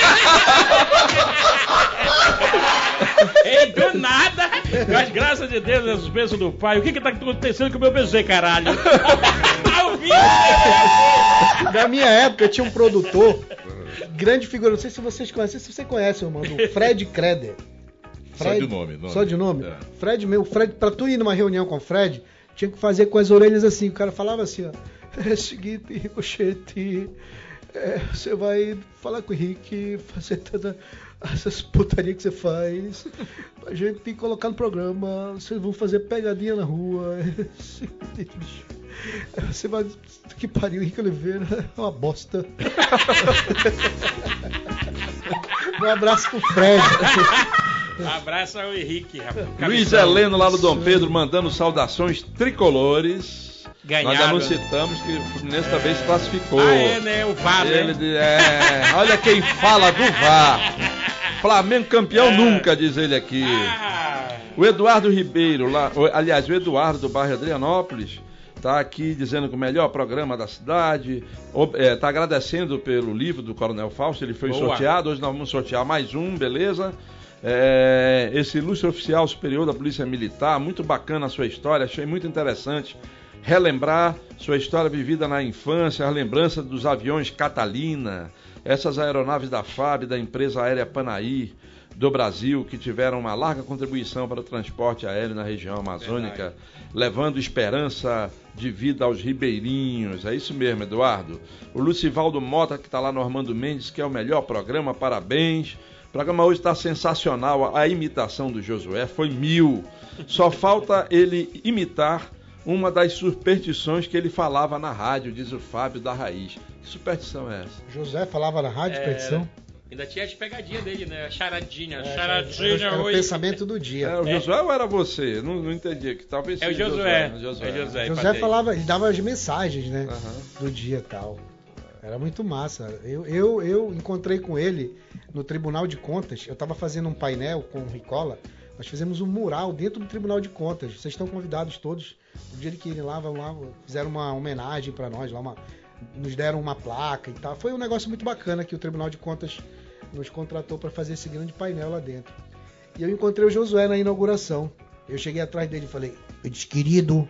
Ei, do nada, com as graças de Deus, as bênçãos do Pai. O que tá acontecendo com o meu BZ, caralho? Ao vivo!
Na minha época tinha um produtor, grande figura, não sei se vocês conhecem, se você conhece, mano, o Fred Kreder.
Só de nome.
Só de nome? Fred, pra tu ir numa reunião com o Fred, tinha que fazer com as orelhas assim, o cara falava assim, ó, é o seguinte, Ricochete, você vai falar com o Henrique, fazer toda essas putarias que você faz, a gente tem que colocar no programa, vocês vão fazer pegadinha na rua, você vai, que pariu, Henrique Oliveira, é uma bosta. Um abraço pro Fred.
Abraço ao Henrique, rapaz.
Luiz Heleno lá no Dom Pedro mandando saudações tricolores.
Ganharam.
Nós já não citamos que o Fluminense também se classificou.
né? O VAR, né?
Olha quem fala do VAR. Flamengo campeão nunca, diz ele aqui. O Eduardo Ribeiro, o Eduardo do bairro Adrianópolis, está aqui dizendo que o melhor programa da cidade, está agradecendo pelo livro do Coronel Fausto, ele foi sorteado, hoje nós vamos sortear mais um, beleza? Esse ilustre oficial superior da Polícia Militar, muito bacana a sua história, achei muito interessante relembrar sua história vivida na infância, a lembrança dos aviões Catalina, essas aeronaves da FAB, da empresa aérea Panair do Brasil, que tiveram uma larga contribuição para o transporte aéreo na região amazônica, levando esperança de vida aos ribeirinhos. É isso mesmo, Eduardo. O Lucivaldo Mota, que está lá no Armando Mendes, que é o melhor programa, parabéns. O programa hoje está sensacional, a imitação do Josué foi 1000. Só falta ele imitar uma das superstições que ele falava na rádio, diz o Fábio da Raiz. Que superstição é essa?
José falava na rádio, superstição?
Ainda tinha as pegadinhas dele, né? Charadinha.
Era o pensamento do dia.
O Josué ou era você? Não entendi. Que talvez
o Josué.
José falava, ele dava as mensagens, né? Do dia e tal. Era muito massa. Eu encontrei com ele no Tribunal de Contas. Eu estava fazendo um painel com o Ricola. Nós fizemos um mural dentro do Tribunal de Contas. Vocês estão convidados todos. No dia que irem lá, vão lá, fizeram uma homenagem para nós lá, nos deram uma placa e tal. Foi um negócio muito bacana que o Tribunal de Contas nos contratou para fazer esse grande painel lá dentro. E eu encontrei o Josué na inauguração. Eu cheguei atrás dele e falei, eu disse, querido.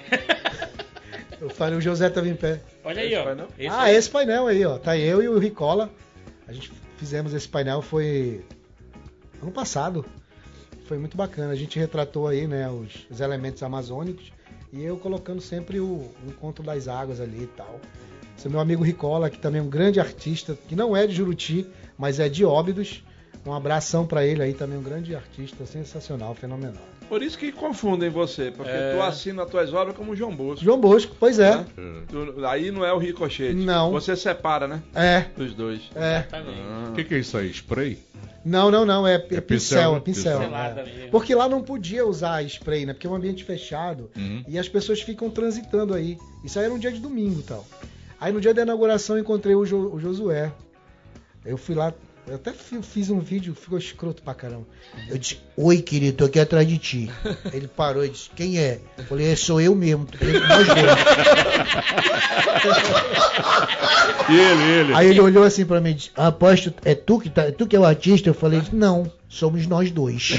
Eu falei, o José estava em pé.
Olha aí, ó.
Esse painel aí, ó. Tá eu e o Ricola. A gente fizemos esse painel, foi ano passado. Foi muito bacana. A gente retratou aí, né, os elementos amazônicos. E eu colocando sempre o encontro das águas ali e tal. Esse é meu amigo Ricola, que também é um grande artista, que não é de Juruti, mas é de Óbidos. Um abração pra ele aí, também um grande artista, sensacional, fenomenal.
Por isso que confundem você, porque tu assina as tuas obras como João Bosco.
João Bosco, pois é.
Aí não é o Ricochete.
Não.
Você separa, né?
É.
Dos dois.
É.
O que é isso aí? Spray?
Não. É pincel. É pincel.
É.
Porque lá não podia usar spray, né? Porque é um ambiente fechado. E as pessoas ficam transitando aí. Isso aí era um dia de domingo e tal. Aí no dia da inauguração eu encontrei o Josué. Eu fui lá, eu até fiz um vídeo, ficou escroto pra caramba. Eu disse, oi querido, tô aqui atrás de ti. Ele parou e disse, quem é? Eu falei, sou eu mesmo. Nós dois.
E ele?
Aí ele olhou assim pra mim e disse, aposto, é tu que é o artista? Eu falei, não, somos nós dois.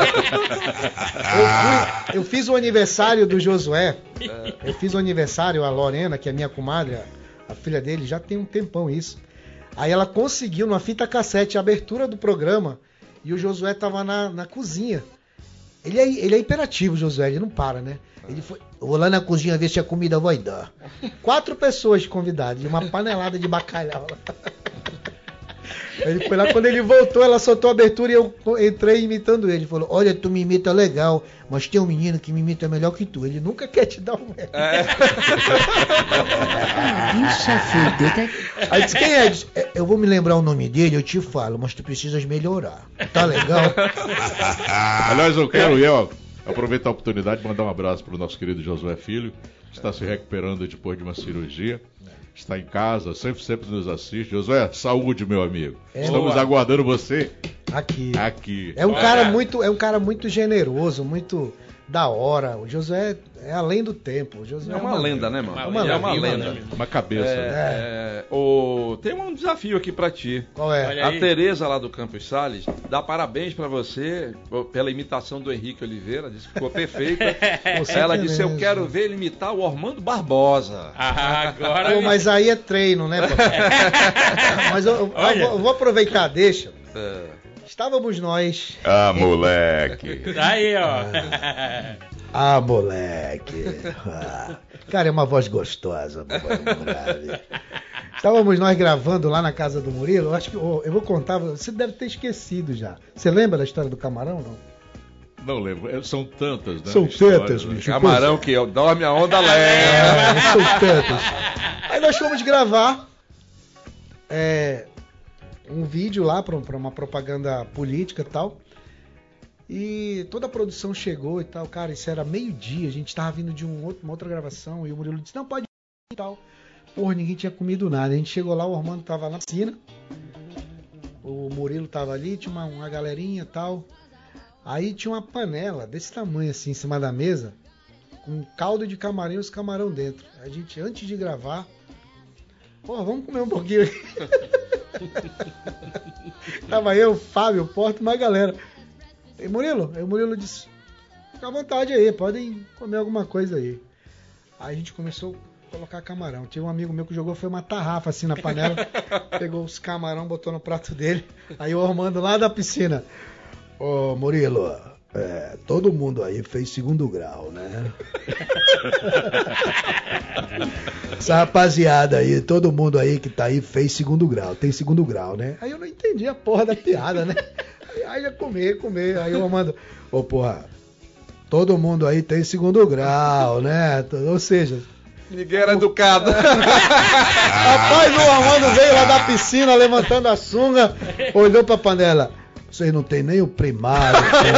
Eu fiz o aniversário do Josué. Eu fiz o aniversário, a Lorena, que é minha comadre, a filha dele, já tem um tempão isso. Aí ela conseguiu, numa fita cassete, a abertura do programa, e o Josué tava na cozinha. Ele é hiperativo, o Josué, ele não para, né? Ele foi, eu vou lá na cozinha ver se a comida vai dar. 4 pessoas convidadas, e uma panelada de bacalhau. Ele foi lá, quando ele voltou, ela soltou a abertura e eu entrei imitando ele. Ele falou, olha, tu me imita legal, mas tem um menino que me imita melhor que tu. Ele nunca quer te dar um Aí disse, quem é? Disse, eu vou me lembrar o nome dele, eu te falo, mas tu precisas melhorar. Tá legal?
Aliás, eu quero aproveitar a oportunidade de mandar um abraço para o nosso querido Josué Filho, que está se recuperando depois de uma cirurgia. Está em casa, sempre nos assiste. Josué, saúde, meu amigo. Estamos aguardando você aqui.
É um cara muito generoso, muito da hora. O Josué é além do tempo. O Josué
é uma lenda, né, mano?
É uma lenda.
Uma cabeça.
Tem um desafio aqui pra ti.
Qual é?
A Tereza lá do Campos Sales dá parabéns pra você pela imitação do Henrique Oliveira. Disse que ficou perfeita. Ela disse, eu quero ver ele imitar o Ormando Barbosa.
Agora.
Mas aí é treino, né, papai? Mas eu vou aproveitar, deixa. Estávamos nós.
Ah, moleque.
Aí, ó.
Ah, moleque. Cara, é uma voz gostosa. Estávamos nós gravando lá na casa do Murilo. Eu acho que eu vou contar. Você deve ter esquecido já. Você lembra da história do camarão, não?
Não lembro. São tantas, né?
São tantas, bicho.
Camarão que dorme a onda leve.
São tantas. Aí nós fomos gravar um vídeo lá para uma propaganda política e tal. E toda a produção chegou e tal, cara, isso era meio-dia, a gente tava vindo de uma outra gravação, e o Murilo disse, não, pode ir e tal. Porra, ninguém tinha comido nada. A gente chegou lá, o Ormando tava na piscina, o Murilo tava ali, tinha uma galerinha e tal. Aí tinha uma panela desse tamanho assim em cima da mesa, com caldo de camarão e os camarão dentro. A gente, antes de gravar, pô, vamos comer um pouquinho aí. Tava eu, Fábio, Porto, uma galera. E Murilo? Aí o Murilo disse, fica à vontade aí, podem comer alguma coisa aí. Aí a gente começou a colocar camarão. Tinha um amigo meu que jogou, foi uma tarrafa assim na panela, pegou os camarão, botou no prato dele. Aí o Ormando lá da piscina, ô Murilo, todo mundo aí fez 2º grau, né? Essa rapaziada aí, todo mundo aí que tá aí fez 2º grau, tem 2º grau, né? Aí eu não entendi a porra da piada, né? Aí ia comer. Aí eu mando, ô porra, todo mundo aí tem 2º grau, né? Ou seja...
Ninguém era educado.
Rapaz, o Armando veio lá da piscina levantando a sunga, olhou pra panela. Vocês não tem nem o primário.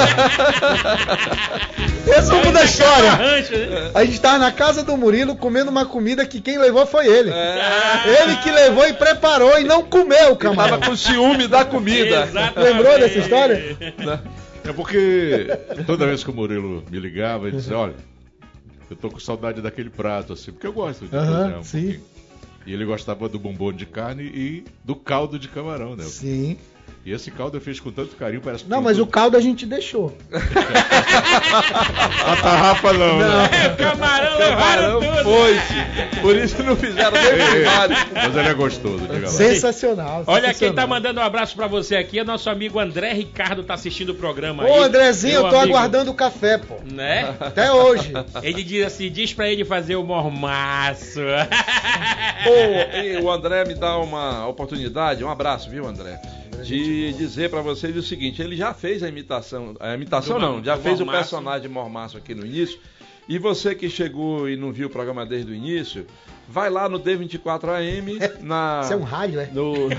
Esse é o mundo da história. A gente tava na casa do Murilo comendo uma comida que quem levou foi ele. Ele que levou e preparou e não comeu o camarão.
Tava com ciúme da comida.
Lembrou dessa história?
É porque toda vez que o Murilo me ligava, ele dizia, olha, eu tô com saudade daquele prato, assim, porque eu gosto de cozinhar um
sim.
pouquinho. E ele gostava do bombom de carne e do caldo de camarão, né?
Sim.
E esse caldo eu fiz com tanto carinho, parece que...
Não, mas o caldo a gente deixou.
A tarrafa não, né?
Camarão levaram tudo.
Foi-se. Por isso não fizeram nem primário.
Mas ele é gostoso, diga lá.
Sensacional.
Olha, quem tá mandando um abraço pra você aqui é nosso amigo André Ricardo, tá assistindo o programa aí.
Ô, Andrezinho,
Meu
eu tô
amigo.
aguardando o café, pô.
Né?
Até hoje.
Ele diz assim, diz pra ele fazer o mormaço.
E o André me dá uma oportunidade, um abraço, viu, André? De dizer pra vocês o seguinte, ele já fez a imitação já fez o personagem Mormaço aqui no início, e você que chegou e não viu o programa desde o início, vai lá no D24AM,
Isso é um rádio, é?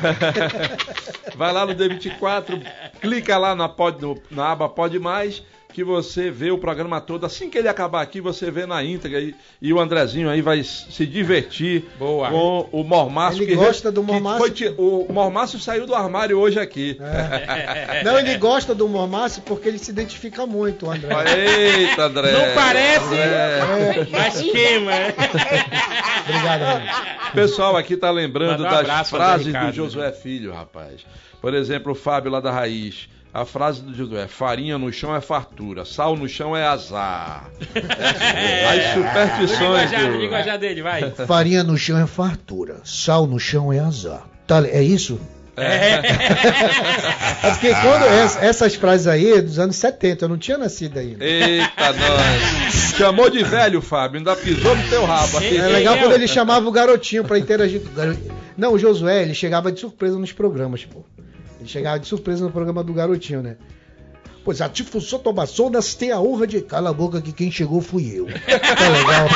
Vai lá no D24, clica lá na aba Pode Mais, que você vê o programa todo. Assim que ele acabar aqui, você vê na íntegra e o Andrezinho aí vai se divertir com o Mormaço.
Ele gosta do Mormaço.
O Mormaço saiu do armário hoje aqui.
Não, ele gosta do Mormaço porque ele se identifica muito, André.
Eita, André.
Não parece, mas queima.
Obrigado, André.
O pessoal aqui tá lembrando
Manda um
das
abraço,
frases
André
do
Ricardo.
Josué Filho, rapaz. Por exemplo, o Fábio lá da Raiz. A frase do Josué: farinha no chão é fartura, sal no chão é azar. As superstições.
O linguajar dele, vai.
Farinha no chão é fartura, sal no chão é azar. Tá, é isso? É porque quando essas frases aí é dos anos 70, eu não tinha nascido ainda.
Eita, nós. Chamou de velho, Fábio, ainda pisou no teu rabo aqui.
É legal quando ele chamava o garotinho pra interagir. Não, o Josué, ele chegava de surpresa nos programas, pô. Ele chegava de surpresa no programa do garotinho, né? Pois a Tifo Sotomazonas tem a honra de... Cala a boca que quem chegou fui eu. Tá legal.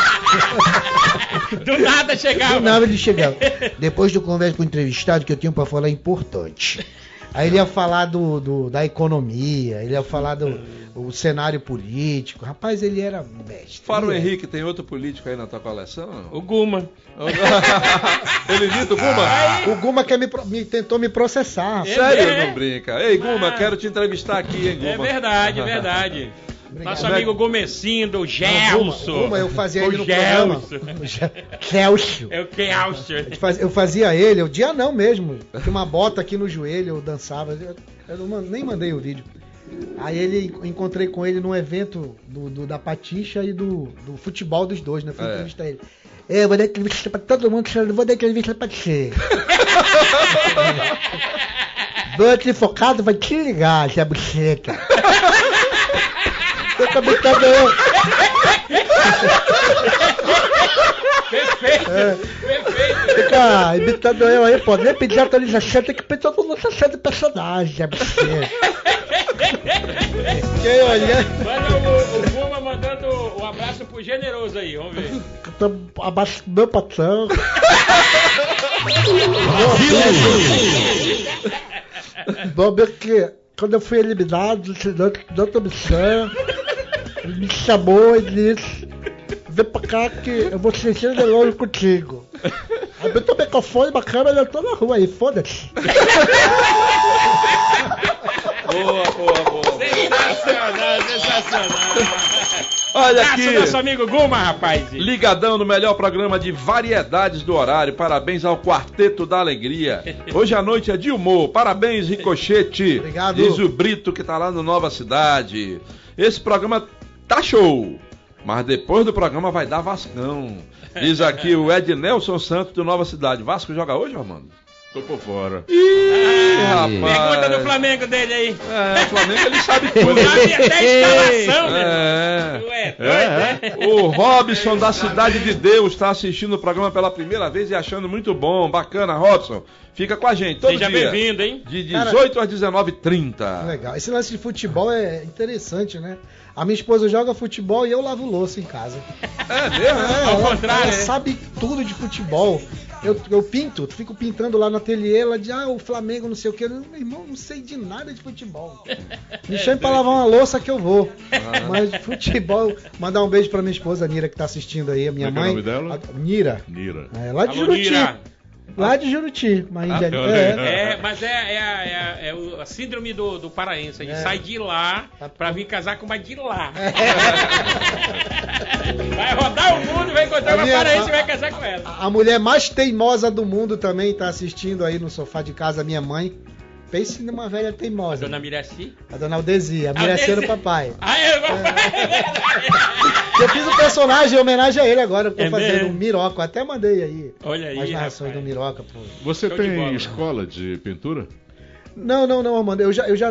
Do nada chegava.
Do nada ele chegava. Depois do conversa com o entrevistado, que eu tenho pra falar é importante. Aí ele ia falar da economia, ele ia falar do cenário político. Rapaz, ele era mestre.
Fora o Henrique, tem outro político aí na tua coleção?
O Guma.
Ele dita o Guma?
O Guma tentou me processar.
Sério, não brinca. Ei, Guma, quero te entrevistar aqui, hein, Guma?
É verdade, é verdade.
Obrigado.
Nosso amigo Gomecindo, o Gelson.
Guma, eu fazia ele no
Gelson.
programa. Gelson.
É o Gelson.
Eu fazia ele, o dia não mesmo. Tinha uma bota aqui no joelho, eu dançava. Eu nem mandei o vídeo. Aí encontrei com ele num evento da Patixa e do futebol dos dois, né? Fui entrevistar ele. Eu vou dar entrevista pra todo mundo, eu não vou dar entrevista pra você. Vou te focado, vai te ligar, se é buceta. Eu tô brincando eu.
Perfeito.
Fica imitando eu aí, pô. Nem pedir atualização, tem que pedir todo mundo acessando o personagem, é buceta. Quem olha?
Manda o Guma mandando um abraço pro Generoso aí, vamos ver.
Abaixo do meu patrão. Bom, que quando eu fui eliminado da outra missão, ele me chamou e disse: vem pra cá que eu vou ser de longe contigo. Aí eu tô com o microfone, uma câmera, eu tô na rua aí, foda-se.
Boa. Sensacional.
Olha aqui,
nosso amigo Guma, rapaz.
Ligadão no melhor programa de variedades do horário. Parabéns ao Quarteto da Alegria. Hoje à noite é de humor. Parabéns, Ricochete.
Obrigado.
Diz o Brito, que tá lá no Nova Cidade. Esse programa tá show, mas depois do programa vai dar Vascão. Diz aqui o Ednelson Santos do Nova Cidade. Vasco joga hoje, Armando?
Tô por fora.
Rapaz.
Pergunta do Flamengo dele aí.
O Flamengo ele sabe tudo.
Sabe até a escalação,
né? O Robson da Cidade de Deus está assistindo o programa pela primeira vez e achando muito bom. Bacana, Robson. Fica com a gente todo dia.
Seja bem-vindo, hein?
De 18 às 19h30.
Legal. Esse lance de futebol é interessante, né? A minha esposa joga futebol e eu lavo louça em casa.
É mesmo?
Ao contrário,
ela sabe tudo de futebol. Eu fico pintando lá no ateliê, ela diz, o Flamengo não sei o que. Meu irmão, não sei de nada de futebol. Me chame pra lavar uma louça que eu vou. Mas futebol, mandar um beijo pra minha esposa, Nira, que tá assistindo aí, a minha mãe.
Como é o nome dela?
Nira. Lá de Juruti.
Nira.
Lá de Juruti. Mas
Mas é a síndrome do paraense. A gente sai de lá pra vir casar com uma de lá. Vai rodar o mundo, vai encontrar uma paraense e vai casar com ela.
A mulher mais teimosa do mundo também tá assistindo aí no sofá de casa, minha mãe. Pense numa velha teimosa.
A dona Miraci?
A dona Aldesi. A Miraci era o papai.
Papai.
Eu fiz um personagem em homenagem a ele agora. Eu tô fazendo um Miroca. Até mandei aí.
Olha aí,
as narrações
rapaz.
do Miroca. Pô.
Você tem escola de pintura?
Não, Armando.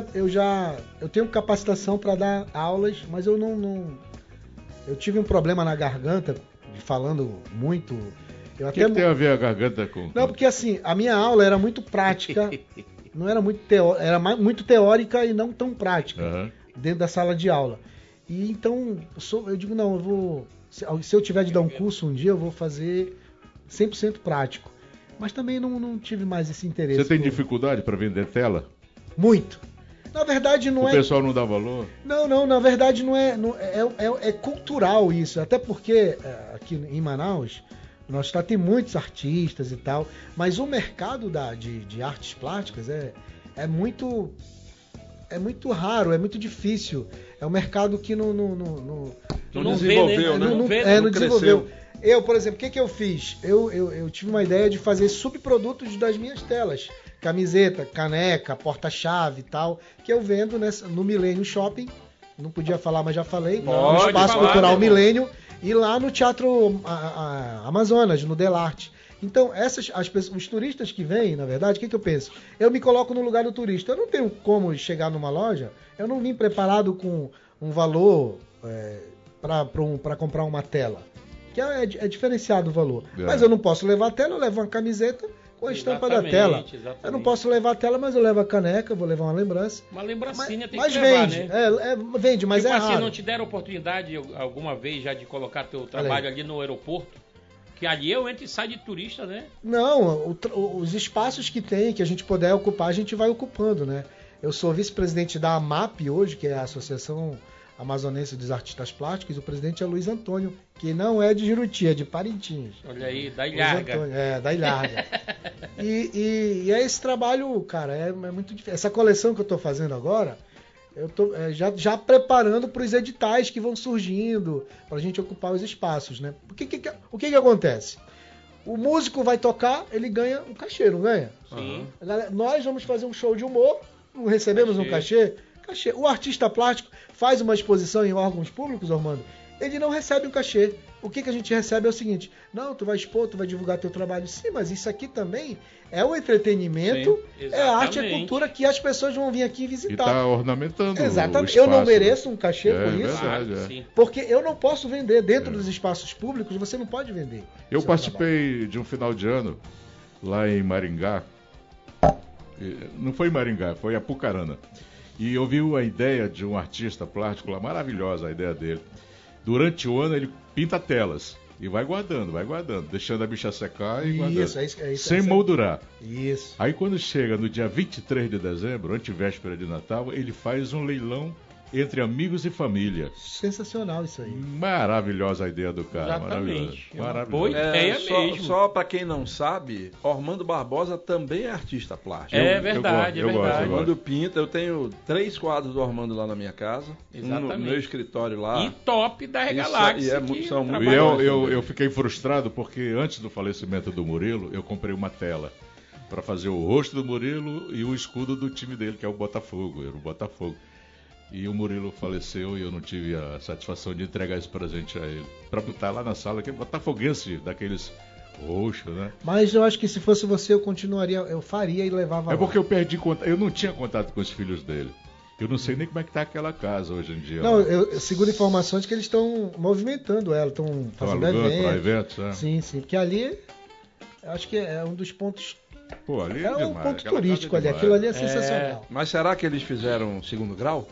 Eu tenho capacitação para dar aulas, mas eu não. Eu tive um problema na garganta, falando muito.
O que tem a ver a garganta com...
Não, porque assim, a minha aula era muito prática. Não era muito teórica, era muito teórica e não tão prática dentro da sala de aula. E então, eu digo, não, eu vou. Se eu tiver de dar um curso um dia, eu vou fazer 100% prático. Mas também não tive mais esse interesse.
Você tem dificuldade para vender tela?
Muito. Na verdade, não
o pessoal não dá valor?
Não, na verdade não é. É cultural isso. Até porque aqui em Manaus. Tem muitos artistas e tal, mas o mercado de artes plásticas é muito raro, é muito difícil. É um mercado que não
desenvolveu, né?
Não desenvolveu. Eu, por exemplo, o que eu fiz? Eu tive uma ideia de fazer subprodutos das minhas telas. Camiseta, caneca, porta-chave e tal, que eu vendo no Milênio Shopping. Não podia falar, mas já falei. No Espaço Cultural Milênio. E lá no Teatro Amazonas, no Delarte. Então, os turistas que vêm, na verdade, o que eu penso? Eu me coloco no lugar do turista. Eu não tenho como chegar numa loja, eu não vim preparado com um valor para comprar uma tela. Que é diferenciado o valor. Mas eu não posso levar a tela, eu levo uma camiseta com a estampa da tela. Exatamente. Eu não posso levar a tela, mas eu levo a caneca, vou levar uma lembrança.
Uma lembrancinha tem
que
levar,
vende,
né?
Vende, mas
tipo
é
assim,
raro.
não te deram oportunidade alguma vez já de colocar teu trabalho ali no aeroporto? Que ali eu entro e saio de turista, né?
Não, os espaços que tem, que a gente puder ocupar, a gente vai ocupando, né? Eu sou vice-presidente da AMAP hoje, que é a Associação Amazonense dos Artistas Plásticos, e o presidente é Luiz Antônio, que não é de Juruti, é de Parintins.
Olha aí, da Ilharga.
Da Ilharga. e esse trabalho, cara, é muito difícil. Essa coleção que eu estou fazendo agora, eu tô já preparando para os editais que vão surgindo, para a gente ocupar os espaços, né? O que acontece? O músico vai tocar, ele ganha um cachê, não ganha?
Sim.
Nós vamos fazer um show de humor, não recebemos um cachê. O artista plástico faz uma exposição em órgãos públicos, Armando, ele não recebe um cachê. O que a gente recebe é o seguinte: não, tu vai expor, tu vai divulgar teu trabalho. Sim, mas isso aqui também é o entretenimento, é a arte e a cultura que as pessoas vão vir aqui visitar.
E tá ornamentando.
Exatamente.
O espaço,
eu não mereço um cachê por isso.
Verdade,
porque eu não posso vender dentro dos espaços públicos, você não pode vender.
Eu participei de um final de ano lá em Maringá. Não foi em Maringá, foi em Apucarana. E eu vi a ideia de um artista plástico lá, maravilhosa a ideia dele. Durante o ano ele pinta telas. E vai guardando, deixando a bicha secar e guardando.
Isso,
sem moldurar.
Isso.
Aí quando chega no dia 23 de dezembro, antevéspera de Natal, ele faz um leilão entre amigos e família.
Sensacional isso aí.
Maravilhosa a ideia do cara.
Exatamente.
Maravilhosa.
Boa ideia mesmo.
Só pra quem não sabe, Ormando Barbosa também é artista plástico.
É verdade,
eu gosto.
Ormando pinta, eu tenho 3 quadros do Ormando lá na minha casa.
Exatamente.
No meu escritório lá.
E top da Galáxia.
Eu fiquei frustrado porque antes do falecimento do Murilo, eu comprei uma tela para fazer o rosto do Murilo e o escudo do time dele, que é o Botafogo. Era o Botafogo. E o Murilo faleceu e eu não tive a satisfação de entregar esse presente a ele. Pra botar lá na sala, que é botafoguense, daqueles roxos, né?
Mas eu acho que se fosse você, eu faria e levava lá.
É porque eu perdi contato, eu não tinha contato com os filhos dele. Eu não sei nem como é que tá aquela casa hoje em dia.
Não, eu segundo informações que eles estão movimentando ela, estão fazendo
eventos.
Sim, porque ali, eu acho que é um dos pontos...
Pô, ali
é um ponto turístico ali, aquilo ali é sensacional.
Mas será que eles fizeram segundo grau?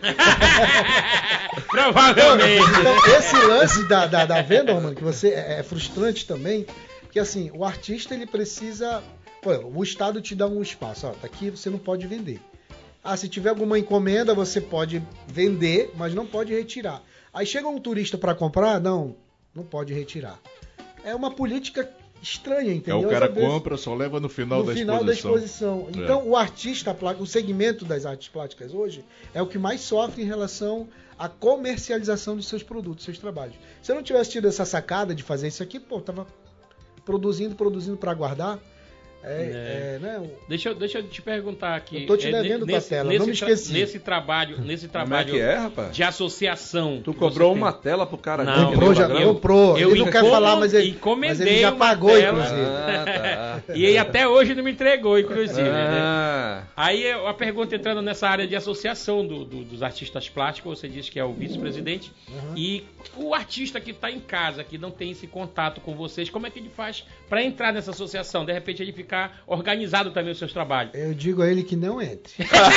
Provavelmente.
Então, esse lance da venda, mano, que você é frustrante também, que assim, o artista ele precisa, pô, o Estado te dá um espaço, ó, daqui você não pode vender. Se tiver alguma encomenda, você pode vender, mas não pode retirar. Aí chega um turista para comprar, não pode retirar. É uma política estranha, entendeu?
O cara compra, só leva no final da exposição.
Então, o artista plástico, o segmento das artes plásticas hoje é o que mais sofre em relação à comercialização dos seus produtos, dos seus trabalhos. Se eu não tivesse tido essa sacada de fazer isso aqui, tava produzindo para guardar. Né?
Deixa eu te perguntar aqui.
Eu tô te devendo com a tela, não me esqueci.
Nesse trabalho
rapaz?
de associação.
Tu cobrou uma tela pro cara?
Não,
comprou. Ele não quer falar, mas ele já pagou, inclusive.
Tá. E ele até hoje não me entregou, inclusive. Né? Aí a pergunta entrando nessa área de associação dos artistas plásticos, você disse que é o vice-presidente. E o artista que está em casa, que não tem esse contato com vocês, como é que ele faz para entrar nessa associação? De repente ele ficar organizado também os seus trabalhos.
Eu digo a ele que não entre.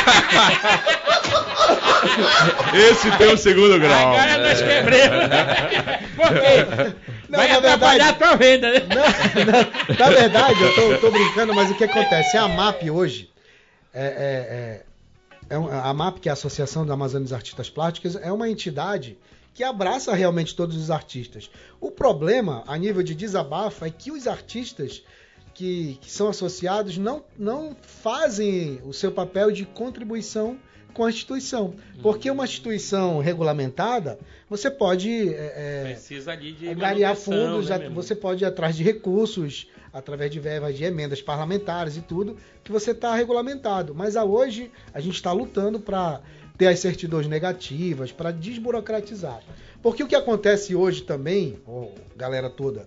Esse tem o segundo grau.
Agora nós quebremos. Por quê? Vai atrapalhar a tua venda, né?
Não, na verdade, eu tô brincando, mas o que acontece? A MAP hoje, a MAP, que é a Associação da Amazônia dos Artistas Plásticos, é uma entidade que abraça realmente todos os artistas. O problema, a nível de desabafo, é que os artistas que são associados não fazem o seu papel de contribuição com a instituição. Porque uma instituição regulamentada, você pode
precisa ali de
angariar fundos,
né,
você pode ir atrás de recursos, através de verbas de emendas parlamentares e tudo, que você está regulamentado. Mas hoje a gente está lutando para ter as certidões negativas, para desburocratizar. Porque o que acontece hoje também, galera toda,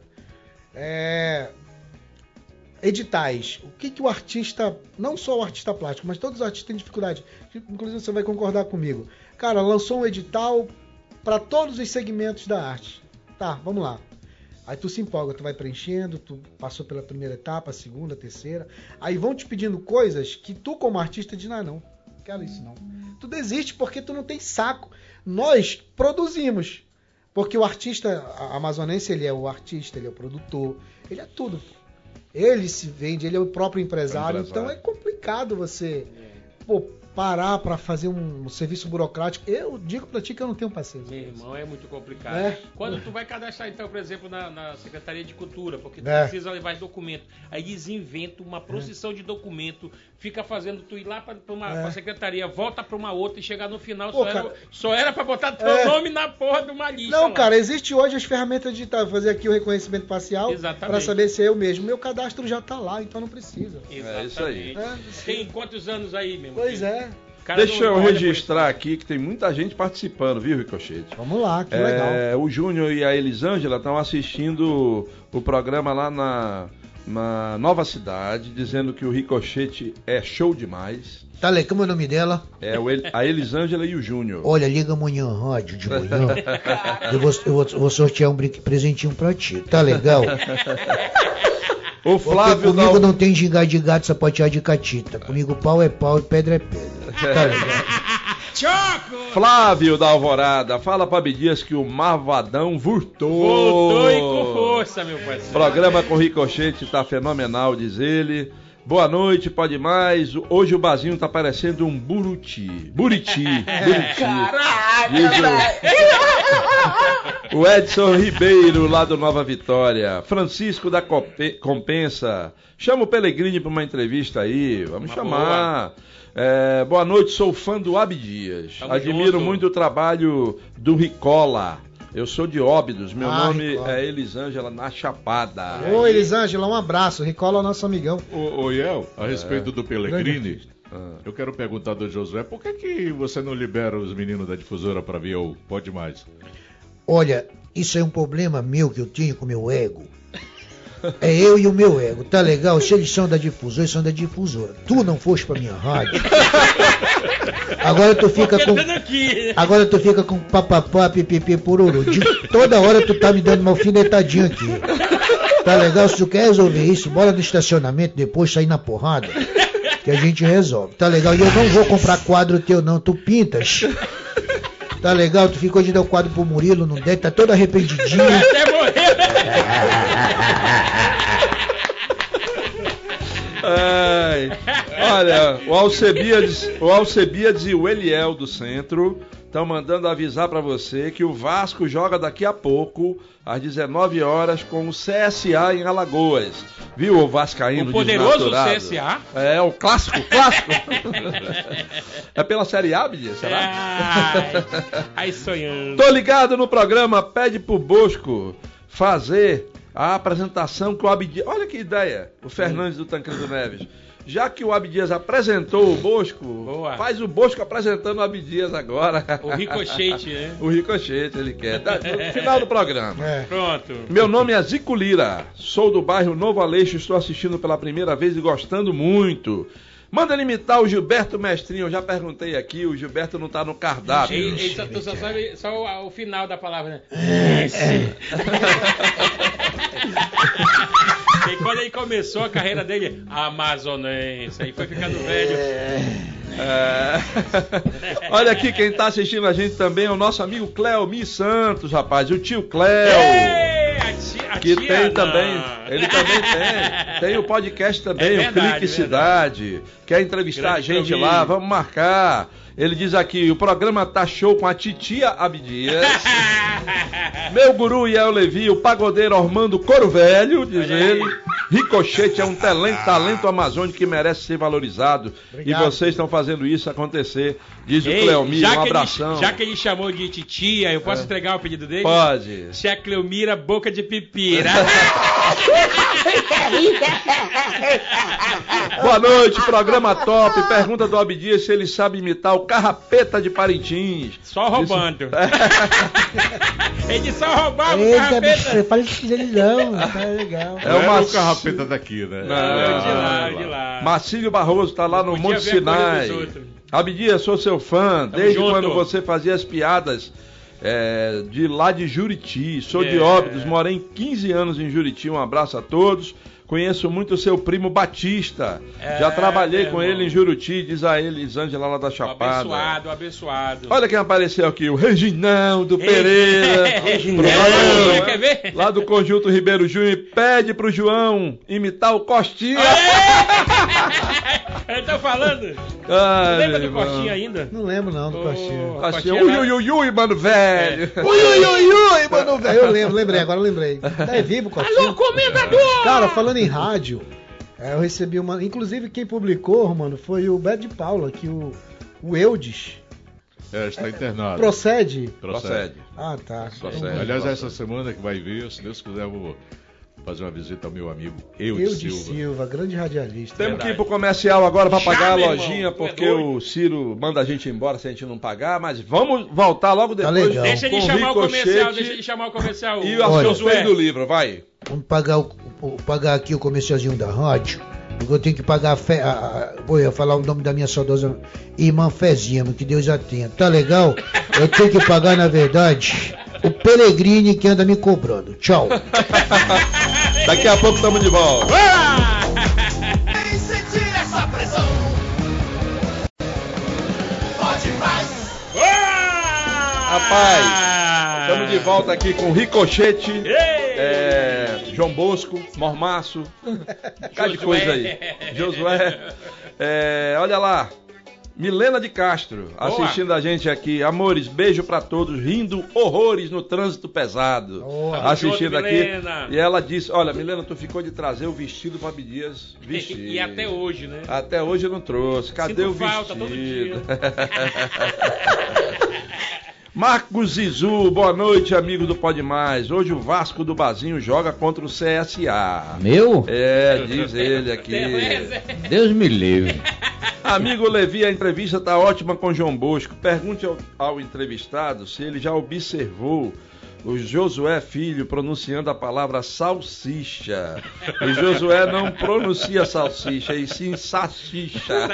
editais. O que o artista, não só o artista plástico, mas todos os artistas têm dificuldade. Inclusive você vai concordar comigo. Cara, lançou um edital para todos os segmentos da arte. Tá, vamos lá. Aí tu se empolga, tu vai preenchendo, tu passou pela primeira etapa, a segunda, a terceira. Aí vão te pedindo coisas que tu como artista diz, não quero isso não. Tu desiste porque tu não tem saco. Nós produzimos. Porque o artista amazonense, ele é o artista, ele é o produtor, ele é tudo. Ele se vende, ele é o próprio empresário. Então é complicado você parar para fazer um serviço burocrático. Eu digo para ti que eu não tenho paciência.
Meu irmão, é muito complicado. Quando tu vai cadastrar, então, por exemplo, na Secretaria de Cultura, porque tu precisa levar esse documento, aí eles inventam uma procissão de documento, fica fazendo tu ir lá para uma secretaria, volta para uma outra e chegar no final, só era para botar teu nome na porra de uma lista.
Não, cara, existe hoje as ferramentas digitais, fazer aqui o reconhecimento facial para saber se é eu mesmo. Meu cadastro já tá lá, então não precisa.
Exatamente. É isso aí. Tem quantos anos aí, meu irmão?
Pois é.
Deixa eu registrar aqui que tem muita gente participando, viu, Ricochete?
Vamos lá, que legal.
O Júnior e a Elisângela estão assistindo o programa lá na Nova Cidade, dizendo que o Ricochete é show demais.
Tá legal, como é o nome dela?
A Elisângela e o Júnior.
Olha, liga amanhã, rádio de manhã. eu vou sortear um presentinho pra ti. Tá legal?
O Flávio
comigo não tem gingado de gato, sapateado de catita. Comigo pau é pau e pedra é pedra. Tá legal?
Choco!
Flávio da Alvorada, fala pra Abdias que o Marvadão voltou
e com força, meu parceiro.
Programa com Ricochete tá fenomenal, diz ele. Boa noite, pode mais. Hoje o barzinho tá parecendo um Buriti. O Edson Ribeiro, lá do Nova Vitória. Francisco da Compensa. Chama o Pellegrini para uma entrevista aí. Vamos chamar. Boa noite, sou fã do Abdias. Admiro muito o trabalho do Ricola. Eu sou de Óbidos, meu nome Ricola. É Elisângela na Chapada.
Ô, Elisângela, um abraço. Ricola é o nosso amigão.
Ô, Iel, a respeito do Pellegrini, eu quero perguntar do Josué, por que você não libera os meninos da difusora para ver o Pode Mais?
Olha, isso é um problema meu que eu tenho com o meu ego. É eu e o meu ego, tá legal? Se eles são da difusora, eles são da difusora. Tu não foste pra minha rádio. Agora tu fica com papapá, pipipi, poruru. Toda hora tu tá me dando uma alfinetadinha aqui. Tá legal? Se tu quer resolver isso, bora no estacionamento, depois sair na porrada, que a gente resolve. Tá legal? E eu não vou comprar quadro teu não, tu pintas. Tá legal? Tu ficou de dar o quadro pro Murilo, não der, tá todo arrependidinho.
Até morrer.
Olha, o Alcebiades e o Eliel do Centro estão mandando avisar para você que o Vasco joga daqui a pouco, às 19 horas, com o CSA em Alagoas. Viu, o Vascaíno?
O poderoso CSA?
É, o clássico. É pela Série A, Abdias, será?
Ai, sonhando.
Tô ligado no programa, pede pro Bosco fazer a apresentação que o Abdias... Olha que ideia, o Fernandes do Tancredo Neves. Já que o Abdias apresentou o Bosco, boa, faz o Bosco apresentando o Abdias agora.
O Ricochete, né?
O Ricochete, ele quer. No final do programa.
Pronto.
Meu nome é Zico Lira, sou do bairro Novo Aleixo, estou assistindo pela primeira vez e gostando muito. Manda ele imitar o Gilberto Mestrinho, eu já perguntei aqui, o Gilberto não tá no cardápio.
Ele só sabe só o final da palavra, né? E quando ele começou a carreira dele, amazonense, aí foi ficando velho.
Olha aqui, quem tá assistindo a gente também é o nosso amigo Cleomir Santos, rapaz, o tio Cleo. Que tem também, ele também tem o podcast também, o Clique Cidade. Quer entrevistar a gente lá, vamos marcar. Ele diz aqui, o programa tá show com a titia Abdias. Meu guru Iel Levi, o pagodeiro Armando Coro Velho, diz ele. Ricochete é um talento amazônico que merece ser valorizado. Obrigado. E vocês estão fazendo isso acontecer, diz o Cleomir, um abração.
Já que ele chamou de titia, eu posso entregar o pedido dele?
Pode.
Se a Cleomira boca de pipira.
Boa noite, programa top. Pergunta do Abdias se ele sabe imitar o Carrapeta de Parintins.
Só roubando. Ele só roubava
o Carrapeta. Parece que ele não, tá legal.
É o Carrapeta daqui, né?
Não, de lá.
Marcílio Barroso tá lá no Monte Sinai. Abdias, sou seu fã. Desde quando você fazia as piadas de lá de Juriti. Sou de Óbidos, morei 15 anos em Juriti. Um abraço a todos. Conheço muito o seu primo Batista. Já trabalhei com ele em Juruti, diz a Elisângela lá da Chapada.
Abençoado.
Olha quem apareceu aqui, o Reginaldo Pereira.
Quer ver?
Lá do Conjunto Ribeiro Júnior. Pede pro João imitar o Costinha.
Eu tô falando. Lembra do Costinha ainda?
Não lembro não do Costinha.
Costinha, ui, mano velho.
Ui, mano velho. Eu lembrei. É vivo o Costinha.
Alô, comendador!
Cara, falando em rádio, eu recebi uma... Inclusive quem publicou, mano, foi o Beto de Paula, que o Eudes...
está internado.
Procede?
Ah, tá. Procede. Aliás, essa semana que vai vir, se Deus quiser, eu vou fazer uma visita ao meu amigo Eudes
Silva, grande radialista.
Temos que ir pro comercial agora para pagar a lojinha, porque o Ciro manda a gente embora se a gente não pagar, mas vamos voltar logo depois.
Tá legal.
Deixa ele chamar o comercial,
E o Josué do livro, vai.
Vamos pagar aqui o comercialzinho da rádio, porque eu tenho que pagar eu ia falar o nome da minha saudosa irmã Fezinha, que Deus a tenha. Tá legal? Eu tenho que pagar, na verdade, o Pellegrini que anda me cobrando. Tchau.
Daqui a pouco estamos de volta.
Sem sentir essa pressão. Pode mais.
Rapaz, estamos de volta aqui com Ricochete, João Bosco, Mormaço, um bocado de coisa aí. Josué. Olha lá, Milena de Castro, assistindo a gente aqui. Amores, beijo pra todos, rindo horrores no trânsito pesado. Assistindo aqui. Milena. E ela disse, olha, Milena, tu ficou de trazer o vestido Fabi Dias vestir.
E até hoje, né?
Até hoje eu não trouxe. Cadê o vestido? Falta todo dia. Marcos Zizu, boa noite, amigo do Pode Mais. Hoje o Vasco do Bazinho joga contra o CSA.
Meu?
Diz ele aqui.
Deus me livre.
Amigo Levi, a entrevista tá ótima com João Bosco. Pergunte ao entrevistado se ele já observou o Josué Filho pronunciando a palavra salsicha. O Josué não pronuncia salsicha, e sim salsicha.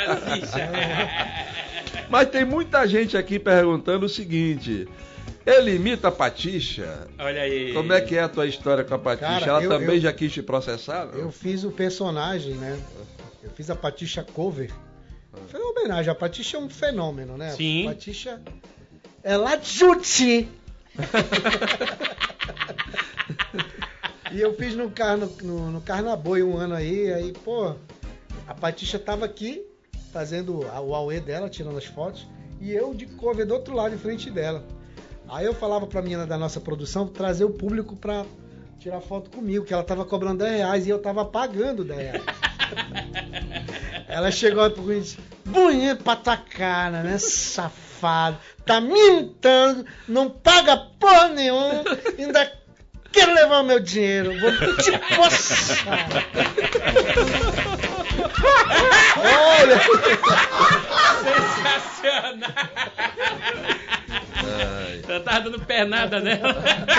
Mas tem muita gente aqui perguntando o seguinte: ele imita a Patixa?
Olha aí.
Como é que é a tua história com a Patixa?
Cara,
ela também já quis te processar? Não?
Eu fiz o personagem, né? Eu fiz a Patixa cover. Foi uma homenagem. A Patixa é um fenômeno, né?
Sim.
A Patixa é lá de Juti. E eu fiz no Carnaboi um ano aí, pô, a Patixa tava aqui fazendo o auê dela, tirando as fotos, e eu de cover do outro lado, em frente dela. Aí eu falava pra menina da nossa produção trazer o público pra tirar foto comigo, que ela tava cobrando R$10 e eu tava pagando R$10. Ela chegou pra mim e disse: bonito pra tua cara, né, safado? Tá me imitando, não paga porra nenhuma, ainda quero levar o meu dinheiro, vou te poçar. Olha!
Sensacional! Eu tava dando pernada nela.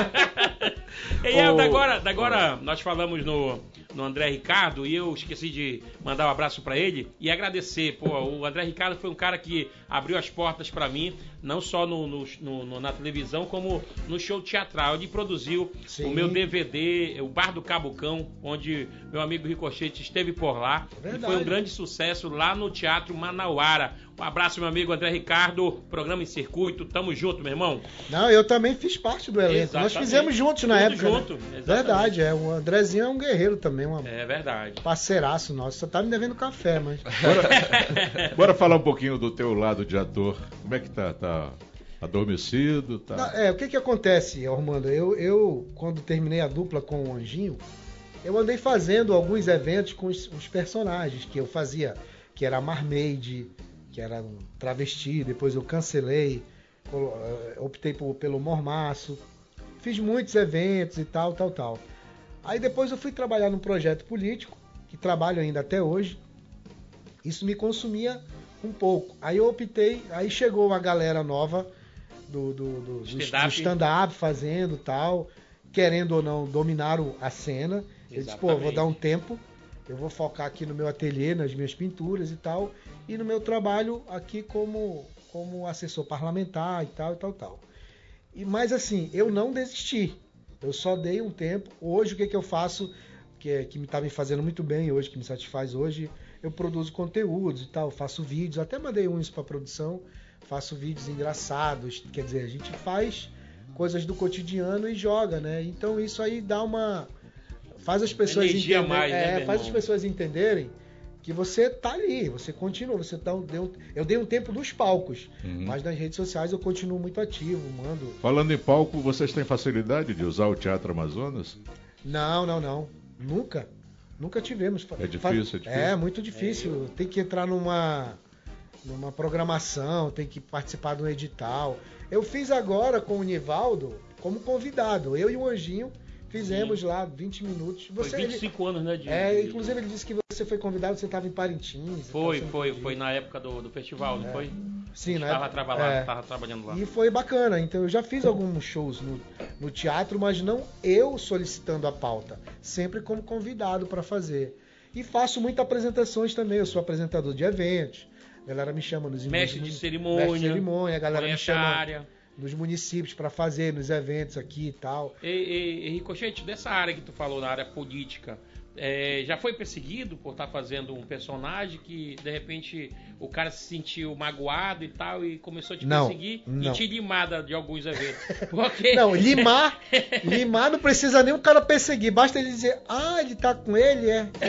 E agora nós falamos no André Ricardo e eu esqueci de mandar um abraço pra ele e agradecer. Pô, o André Ricardo foi um cara que abriu as portas pra mim, não só na televisão, como no show teatral. Ele produziu o meu DVD, o Bar do Cabucão, onde meu amigo Ricochete esteve por lá. E foi um grande sucesso lá no Teatro Manauara. Um abraço, meu amigo André Ricardo, programa em circuito, tamo junto, meu irmão.
Não, eu também fiz parte do elenco. Exatamente. Nós fizemos juntos na época.
Junto,
né? Verdade, o Andrezinho é um guerreiro também,
é verdade.
Parceiraço nosso, só tá me devendo café, mas...
Bora falar um pouquinho do teu lado de ator. Como é que tá adormecido? Tá...
Não, o que acontece, Armando? Eu, quando terminei a dupla com o Anjinho, eu andei fazendo alguns eventos com os personagens que eu fazia, que era a Marmaid, que era um travesti, depois eu cancelei, optei pelo Mormaço, fiz muitos eventos e tal. Aí depois eu fui trabalhar num projeto político, que trabalho ainda até hoje, isso me consumia um pouco. Aí eu optei, aí chegou uma galera nova do stand-up fazendo tal, querendo ou não, dominaram a cena. Eu disse, pô, vou dar um tempo, eu vou focar aqui no meu ateliê, nas minhas pinturas e tal, e no meu trabalho aqui como assessor parlamentar e tal. Mas assim, eu não desisti, eu só dei um tempo. Hoje o que eu faço, que me está me fazendo muito bem hoje, que me satisfaz hoje, eu produzo conteúdos e tal, faço vídeos, até mandei uns para produção, faço vídeos engraçados, quer dizer, a gente faz coisas do cotidiano e joga, né? Então isso aí faz as pessoas entenderem, faz as pessoas entenderem que você tá ali, você continua, eu dei um tempo dos palcos, mas nas redes sociais eu continuo muito ativo, mando.
Falando em palco, vocês têm facilidade de usar o Teatro Amazonas?
Não, nunca tivemos.
É difícil?
É muito difícil, tem que entrar numa programação, tem que participar de um edital. Eu fiz agora com o Nivaldo como convidado, eu e o Anjinho fizemos lá 20 minutos.
Foi 25 anos, né?
Inclusive ele disse que você foi convidado, você estava em Parintins.
Foi na época do festival, não foi?
Sim, né?
Estava trabalhando lá.
E foi bacana, então eu já fiz alguns shows no teatro, mas não eu solicitando a pauta, sempre como convidado para fazer. E faço muitas apresentações também, eu sou apresentador de eventos, a galera me chama nos
mestre de cerimônia,
a galera me chama nos municípios para fazer, nos eventos aqui e tal.
E Ricochete, dessa área que tu falou, na área política, já foi perseguido por estar fazendo um personagem que, de repente, o cara se sentiu magoado e tal e começou a te perseguir e te limar de alguns eventos? Porque...
Não, limar não precisa nem o cara perseguir, basta ele dizer, ele tá com ele,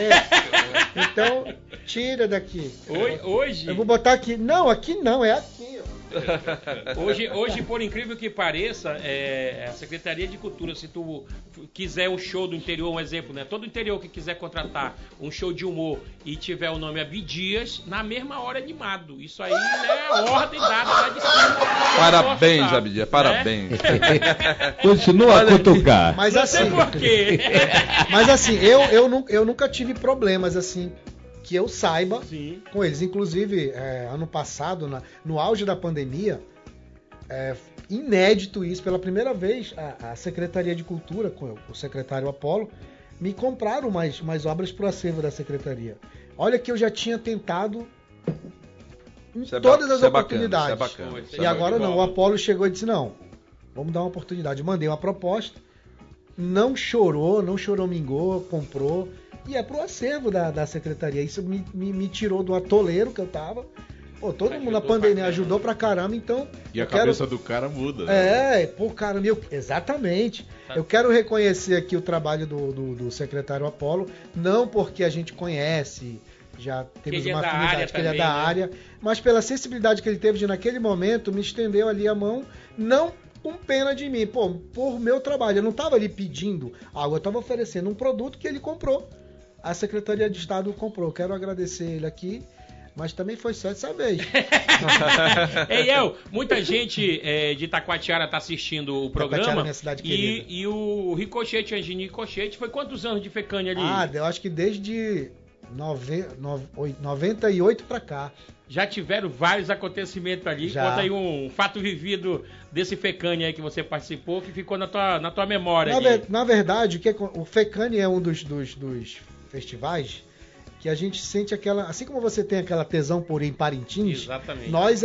Então, tira daqui.
Hoje...
Eu vou botar aqui. Não, aqui não, é aqui, ó.
Hoje, por incrível que pareça, a Secretaria de Cultura, se tu quiser um show do interior, um exemplo, né? Todo interior que quiser contratar um show de humor e tiver o nome Abdias, na mesma hora é animado. Isso aí é a ordem dada lá de cima.
Parabéns, Abdias, parabéns.
Continua a cutucar.
Mas assim,
por quê?
Mas assim, eu nunca tive problemas assim, que eu saiba, com eles. Inclusive, ano passado, no auge da pandemia, inédito isso, pela primeira vez, a Secretaria de Cultura, com o secretário Apolo, me compraram mais obras para o acervo da Secretaria. Olha que eu já tinha tentado em todas as oportunidades.
Bacana,
e agora não, o Apolo chegou e disse, não, vamos dar uma oportunidade. Eu mandei uma proposta, não choramingou, comprou, e é pro acervo da Secretaria. Isso me tirou do atoleiro que eu tava. Pô, todo mundo na pandemia ajudou pra caramba, então...
E a cabeça do cara muda.
Cara, exatamente. Eu quero reconhecer aqui o trabalho do secretário Apolo, não porque a gente conhece, já temos uma afinidade, que ele é da área, mas pela sensibilidade que ele teve de, naquele momento, me estendeu ali a mão, não com pena de mim, por meu trabalho. Eu não tava ali pedindo algo, eu tava oferecendo um produto que ele comprou. A Secretaria de Estado comprou. Quero agradecer ele aqui, mas também foi só dessa vez.
Ei, muita gente de Itacoatiara tá assistindo o programa. Minha cidade querida. E o Ricochete, Anjinho Ricochete, foi quantos anos de Fecânia ali?
Eu acho que desde 98 pra cá.
Já tiveram vários acontecimentos ali.
Já.
Conta aí um fato vivido desse Fecânia aí que você participou, que ficou na tua memória.
Na verdade, o Fecânia é um dos festivais que a gente sente aquela... Assim como você tem aquela tesão por ir em Parintins,
exatamente,
nós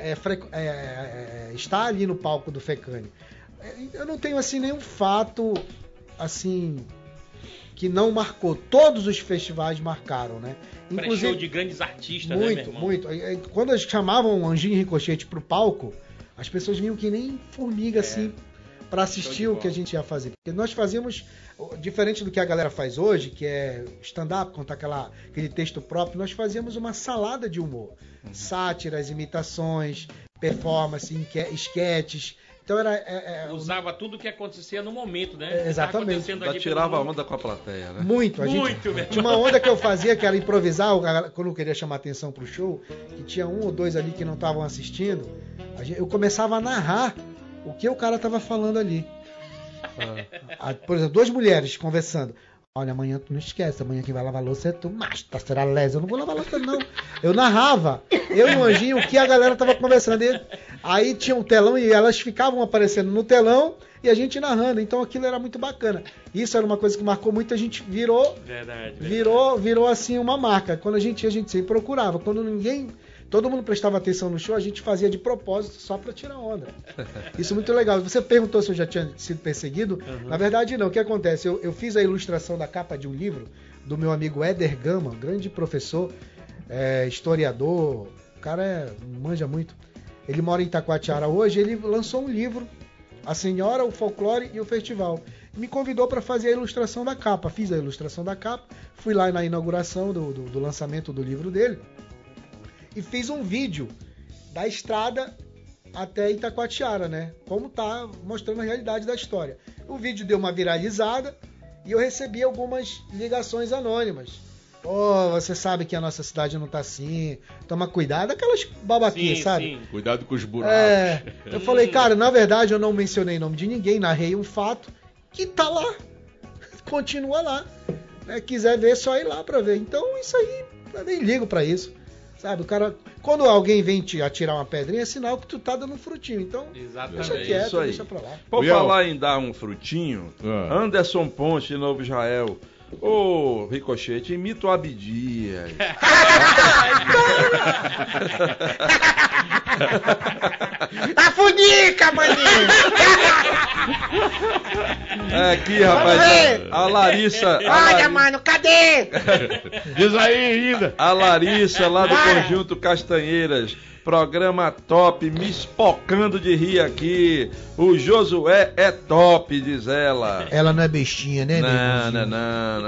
está ali no palco do Fecânia. Eu não tenho assim nenhum fato assim que não marcou. Todos os festivais marcaram, né?
Inclusive show de grandes artistas,
muito,
né, meu irmão?
Muito. Quando eles chamavam o Anjinho Ricochete pro palco, as pessoas vinham que nem formiga assim para assistir o que a gente ia fazer. Porque nós fazíamos, diferente do que a galera faz hoje, que é stand-up, contar aquele texto próprio, nós fazíamos uma salada de humor. Sátiras, imitações, performance, esquetes. Então
usava tudo o que acontecia no momento, né?
Exatamente.
Já tirava a onda com a plateia, né?
Muito. Tinha uma onda que eu fazia, que era improvisar, quando eu queria chamar atenção pro show, que tinha um ou dois ali que não estavam assistindo, eu começava a narrar o que o cara tava falando ali. Por exemplo, duas mulheres conversando. Olha, amanhã tu não esquece, amanhã quem vai lavar louça é tu, mas tá será lesa, eu não vou lavar louça não. Eu narrava, eu e o Anjinho, o que a galera tava conversando. Aí tinha um telão e elas ficavam aparecendo no telão e a gente narrando, então aquilo era muito bacana. Isso era uma coisa que marcou muito, a gente virou assim uma marca. Quando a gente sempre procurava, quando todo mundo prestava atenção no show, a gente fazia de propósito só pra tirar onda. Isso é muito legal. Você perguntou se eu já tinha sido perseguido. Na verdade, não. O que acontece? Eu fiz a ilustração da capa de um livro do meu amigo Éder Gama, um grande professor, historiador. O cara manja muito. Ele mora em Itacoatiara hoje. Ele lançou um livro, A Senhora, o Folclore e o Festival. Me convidou para fazer a ilustração da capa. Fiz a ilustração da capa. Fui lá na inauguração do lançamento do livro dele. E fiz um vídeo da estrada até Itacoatiara, né? Como tá mostrando a realidade da história. O vídeo deu uma viralizada e eu recebi algumas ligações anônimas. Você sabe que a nossa cidade não tá assim, toma cuidado, aquelas babaquinhas, sabe?
Sim. Cuidado com os buracos.
Eu falei, cara, na verdade eu não mencionei nome de ninguém, narrei um fato que tá lá, continua lá. Quiser ver, é só ir lá pra ver. Então isso aí, eu nem ligo pra isso. Sabe, o cara, quando alguém vem te atirar uma pedrinha, é sinal que tu tá dando um frutinho. Então, deixa quieto, deixa pra lá.
Por falar em dar um frutinho, Anderson Ponte, de Novo Israel. Ô, Ricochete, imita o Abdias.
A fudica, maninho!
Aqui, rapaz, a Larissa...
Olha, mano, cadê?
Diz aí ainda.
A Larissa, lá do Conjunto Castanheiras. Programa top, me espocando de rir aqui. O Josué é top, diz ela.
Ela não é bestinha, né,
Não.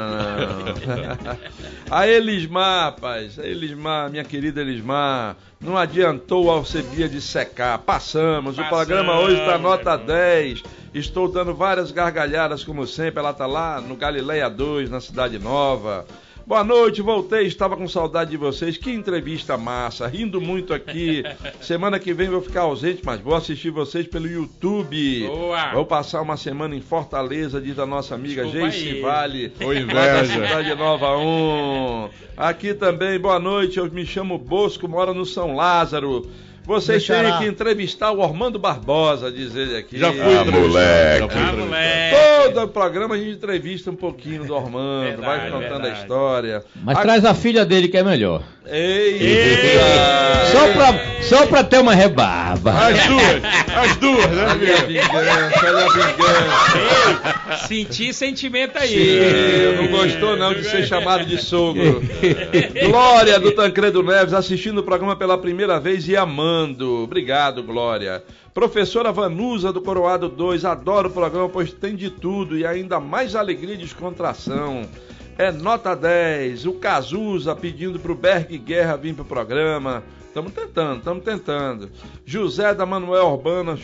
A Elismar, rapaz. Minha querida Elismar. Não adiantou o Alcebia de secar. Passamos. O programa hoje tá nota 10. Estou dando várias gargalhadas, como sempre. Ela tá lá no Galileia 2, na Cidade Nova. Boa noite, voltei, estava com saudade de vocês. Que entrevista massa, rindo muito aqui. Semana que vem vou ficar ausente, mas vou assistir vocês pelo YouTube.
Boa.
Vou passar uma semana em Fortaleza, diz a nossa amiga Geice Vale.
Ô, inveja.
Cidade Nova 1. Aqui também, boa noite, eu me chamo Bosco, moro no São Lázaro. Vocês têm que entrevistar o Ormando Barbosa, diz ele aqui.
Já fui moleque.
Todo o programa a gente entrevista um pouquinho do Ormando, vai contando a história.
Mas traz a filha dele que é melhor.
Eita!
Só pra ter uma rebarba.
As duas, né?
Olha a vingança.
Senti sentimento aí.
Sim, não gostou não de ser chamado de sogro. Glória do Tancredo Neves, assistindo o programa pela primeira vez e amando. Obrigado, Glória. Professora Vanusa do Coroado 2, adoro o programa, pois tem de tudo e ainda mais alegria e descontração. É nota 10. O Cazuza pedindo pro Berg Guerra vir pro programa. Estamos tentando. José da Manuel Urbano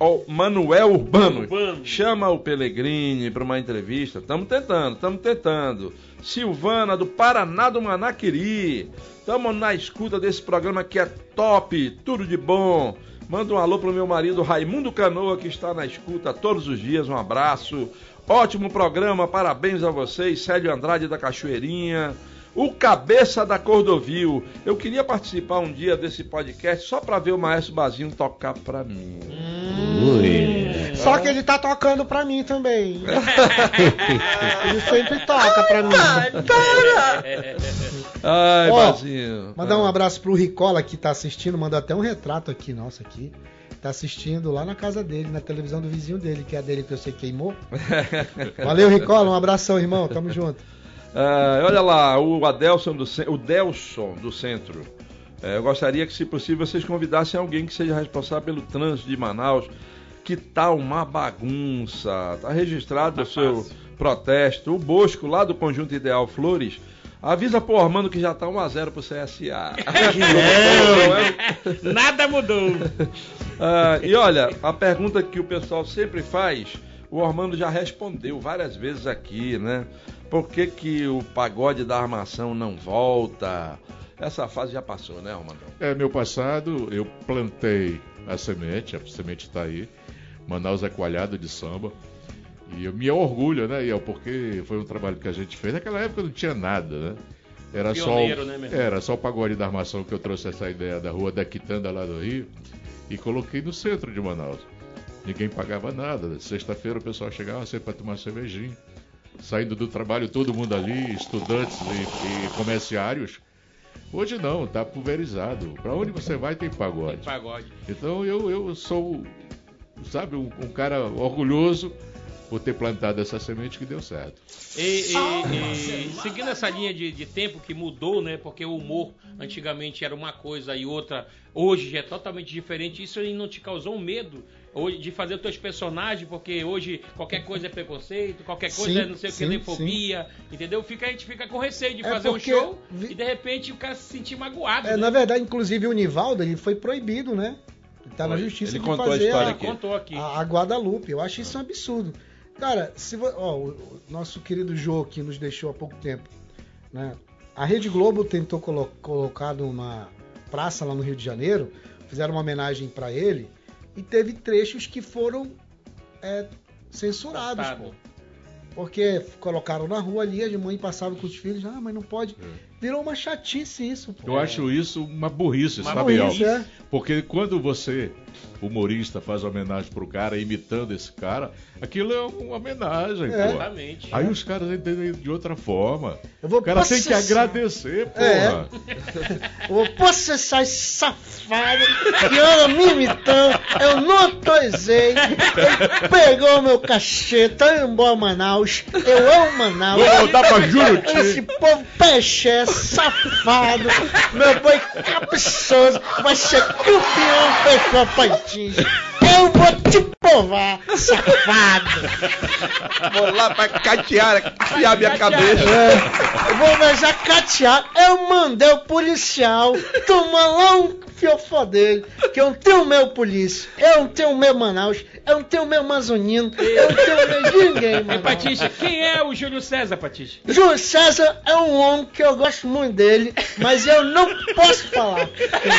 chama o Pellegrini para uma entrevista. Estamos tentando. Silvana do Paraná do Manaquiri. Estamos na escuta desse programa que é top, tudo de bom. Manda um alô pro meu marido Raimundo Canoa, que está na escuta todos os dias. Um abraço. Ótimo programa, parabéns a vocês. Célio Andrade da Cachoeirinha. O Cabeça da Cordovil. Eu queria participar um dia desse podcast só pra ver o Maestro Bazinho tocar pra mim.
Só que ele tá tocando pra mim também. Ele sempre toca pra mim.
Ai, Bazinho.
Mandar um abraço pro Ricola que tá assistindo. Mandou até um retrato aqui, nossa, aqui. Tá assistindo lá na casa dele, na televisão do vizinho dele, que é a dele que você queimou. Valeu, Ricola. Um abração, irmão. Tamo junto.
Olha lá, o Delson do Centro. Eu gostaria que, se possível, vocês convidassem alguém que seja responsável pelo trânsito de Manaus. Que tá uma bagunça. Tá registrado o seu protesto. O Bosco, lá do Conjunto Ideal Flores, avisa pro Armando que já tá 1-0 pro CSA.
Nada mudou.
E olha, a pergunta que o pessoal sempre faz, o Armando já respondeu várias vezes aqui, né? Por que o pagode da armação não volta? Essa fase já passou, né, Armando?
Meu passado, eu plantei a semente está aí. Manaus é coalhado de samba. E eu me orgulho, né, Iel? Porque foi um trabalho que a gente fez. Naquela época não tinha nada, né? Era pioneiro, era só o pagode da armação que eu trouxe essa ideia da Rua da Quitanda lá do Rio e coloquei no centro de Manaus. Ninguém pagava nada. Sexta-feira o pessoal chegava sempre para tomar cervejinha. Saindo do trabalho, todo mundo ali, estudantes e comerciários. Hoje não, tá pulverizado. Para onde você vai tem pagode. Então eu sou, sabe, um cara orgulhoso por ter plantado essa semente que deu certo.
Seguindo essa linha de tempo que mudou, né? Porque o humor antigamente era uma coisa e outra, hoje já é totalmente diferente. Isso aí não te causou um medo hoje de fazer os teus personagens? Porque hoje qualquer coisa é preconceito, qualquer coisa é não sei o que, xenofobia, entendeu? A gente fica com receio de fazer um show e de repente o cara se sentir magoado. Né?
Na verdade, inclusive o Nivaldo, ele foi proibido, né? Ele tá na justiça
ele
de
contou
fazer
a história aqui.
A Guadalupe. Eu acho isso um absurdo. Cara, o nosso querido Jô, que nos deixou há pouco tempo, né? A Rede Globo tentou colocar numa praça lá no Rio de Janeiro, fizeram uma homenagem para ele e teve trechos que foram censurados, pô. Porque colocaram na rua ali, a mãe passava com os filhos, mas não pode. Virou uma chatice isso, pô.
Eu acho isso uma burrice, sabe? Porque quando você humorista faz homenagem pro cara, imitando esse cara, aquilo é uma homenagem, pô.
Exatamente.
Aí os caras entendem de outra forma.
O
cara tem que agradecer, porra.
Eu vou processar esse safado que anda me imitando, eu não autorizei, ele pegou meu cachê, tá indo embora Manaus, eu amo Manaus.
Vou voltar pra Juruti.
Esse povo peixé, safado, meu boi caprichoso, vai ser campeão feijão Pantins. Eu vou te provar, safado.
Vou lá pra catear minha cabeça.
Eu vou beijar catear. Eu mandei o policial tomar lá um fiofó dele, que eu não tenho meu polícia, eu não tenho meu Manaus, eu não tenho meu Amazonino, eu não tenho meu ninguém, mano.
Patrícia, quem é o Júlio César, Patrícia?
Júlio César é um homem que eu gosto muito dele, mas eu não posso falar.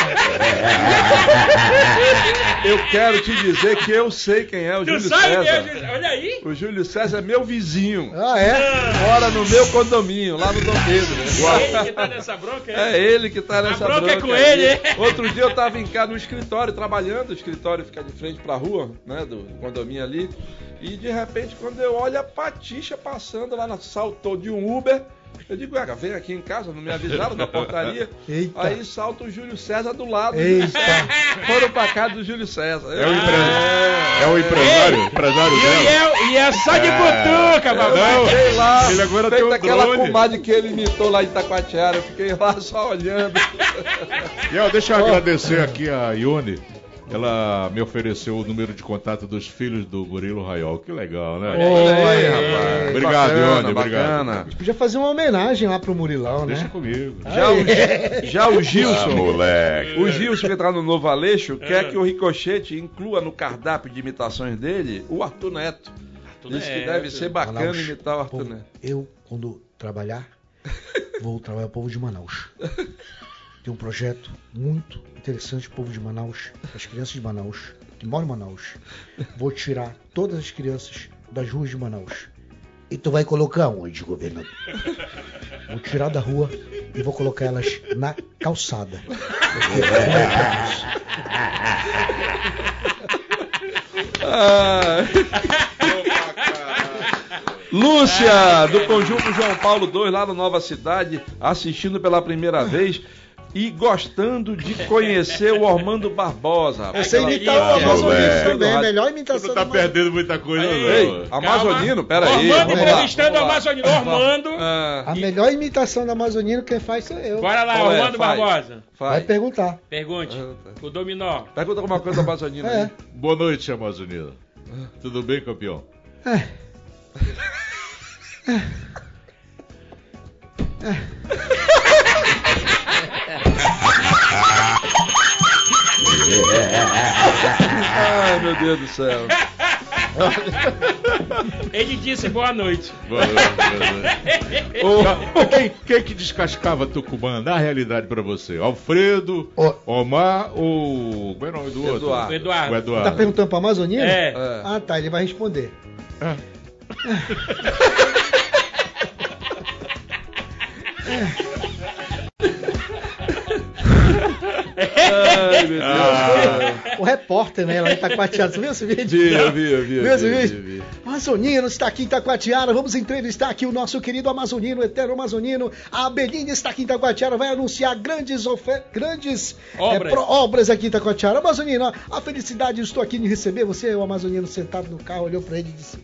Eu quero te dizer que eu sei quem é o Júlio César.
Mesmo? Olha aí.
O Júlio César é meu vizinho.
Ah, é?
Mora no meu condomínio, lá no Dom Pedro.
É ele que tá nessa bronca,
é? É ele que tá nessa bronca.
A bronca é com ele, hein?
Outro dia eu tava em casa no escritório, trabalhando, o escritório fica de frente pra rua, né, do condomínio ali, e de repente quando eu olho a Patixa passando lá, saltou de um Uber, eu digo, vem aqui em casa, não me avisaram na portaria. Eita. Aí salta o Júlio César do lado. Foram pra casa do Júlio César.
É o empresário. É o empresário dela.
E é só de butuca, babão.
Fiquei lá,
ele agora tem
aquela comadre que ele imitou lá em Itacoatiara, eu fiquei lá só olhando.
E deixa eu agradecer aqui a Ione. Ela me ofereceu o número de contato dos filhos do Murilo Raiol. Que legal, né?
Oi, rapaz.
Obrigado, Ione.
Obrigado.
A gente podia fazer uma homenagem lá pro Murilão, né?
Deixa comigo.
Já o Gilson,
moleque.
O Gilson que tá no Novo Aleixo, quer que o Ricochete inclua no cardápio de imitações dele o Arthur Neto. Diz que deve ser bacana imitar o Arthur Neto.
Eu, quando trabalhar, vou trabalhar o povo de Manaus. Tem um projeto muito interessante, o povo de Manaus, as crianças de Manaus, que moram em Manaus. Vou tirar todas as crianças das ruas de Manaus. E tu vai colocar onde, governador? Vou tirar da rua e vou colocar elas na calçada.
Lúcia, do Conjunto João Paulo II, lá no Nova Cidade, assistindo pela primeira vez e gostando de conhecer o Ormando Barbosa.
Você imitar o Amazonino também, a melhor imitação.
Você não tá perdendo muita coisa, não.
Ei, Amazonino, peraí.
Ormando entrevistando o Amazonino. Ormando.
A melhor imitação do Amazonino, quem faz sou eu.
Bora lá, Ormando Barbosa.
Vai perguntar.
Pergunte. O Dominó.
Pergunta alguma coisa do Amazonino aí.
Boa noite, Amazonino. Tudo bem, campeão?
Ai, meu Deus do céu.
Ele disse boa noite.
Boa noite. Quem que descascava Tucumã na realidade pra você? Alfredo, Omar ou... Como é o nome do outro?
O Eduardo.
O Eduardo.
Tá perguntando pro Amazonino?
É.
Ah, tá, ele vai responder.
Ai, meu Deus.
O repórter, né, lá em Itacoatiara. Você viu esse vídeo?
Vi.
Viu esse vídeo? Amazonino está aqui em Itacoatiara. Vamos entrevistar aqui o nosso querido Amazonino, eterno Amazonino. A Abelinha está aqui em Itacoatiara. Vai anunciar grandes obras aqui em Itacoatiara. Amazonino, a felicidade, estou aqui de receber você. O Amazonino sentado no carro, olhou para ele e disse...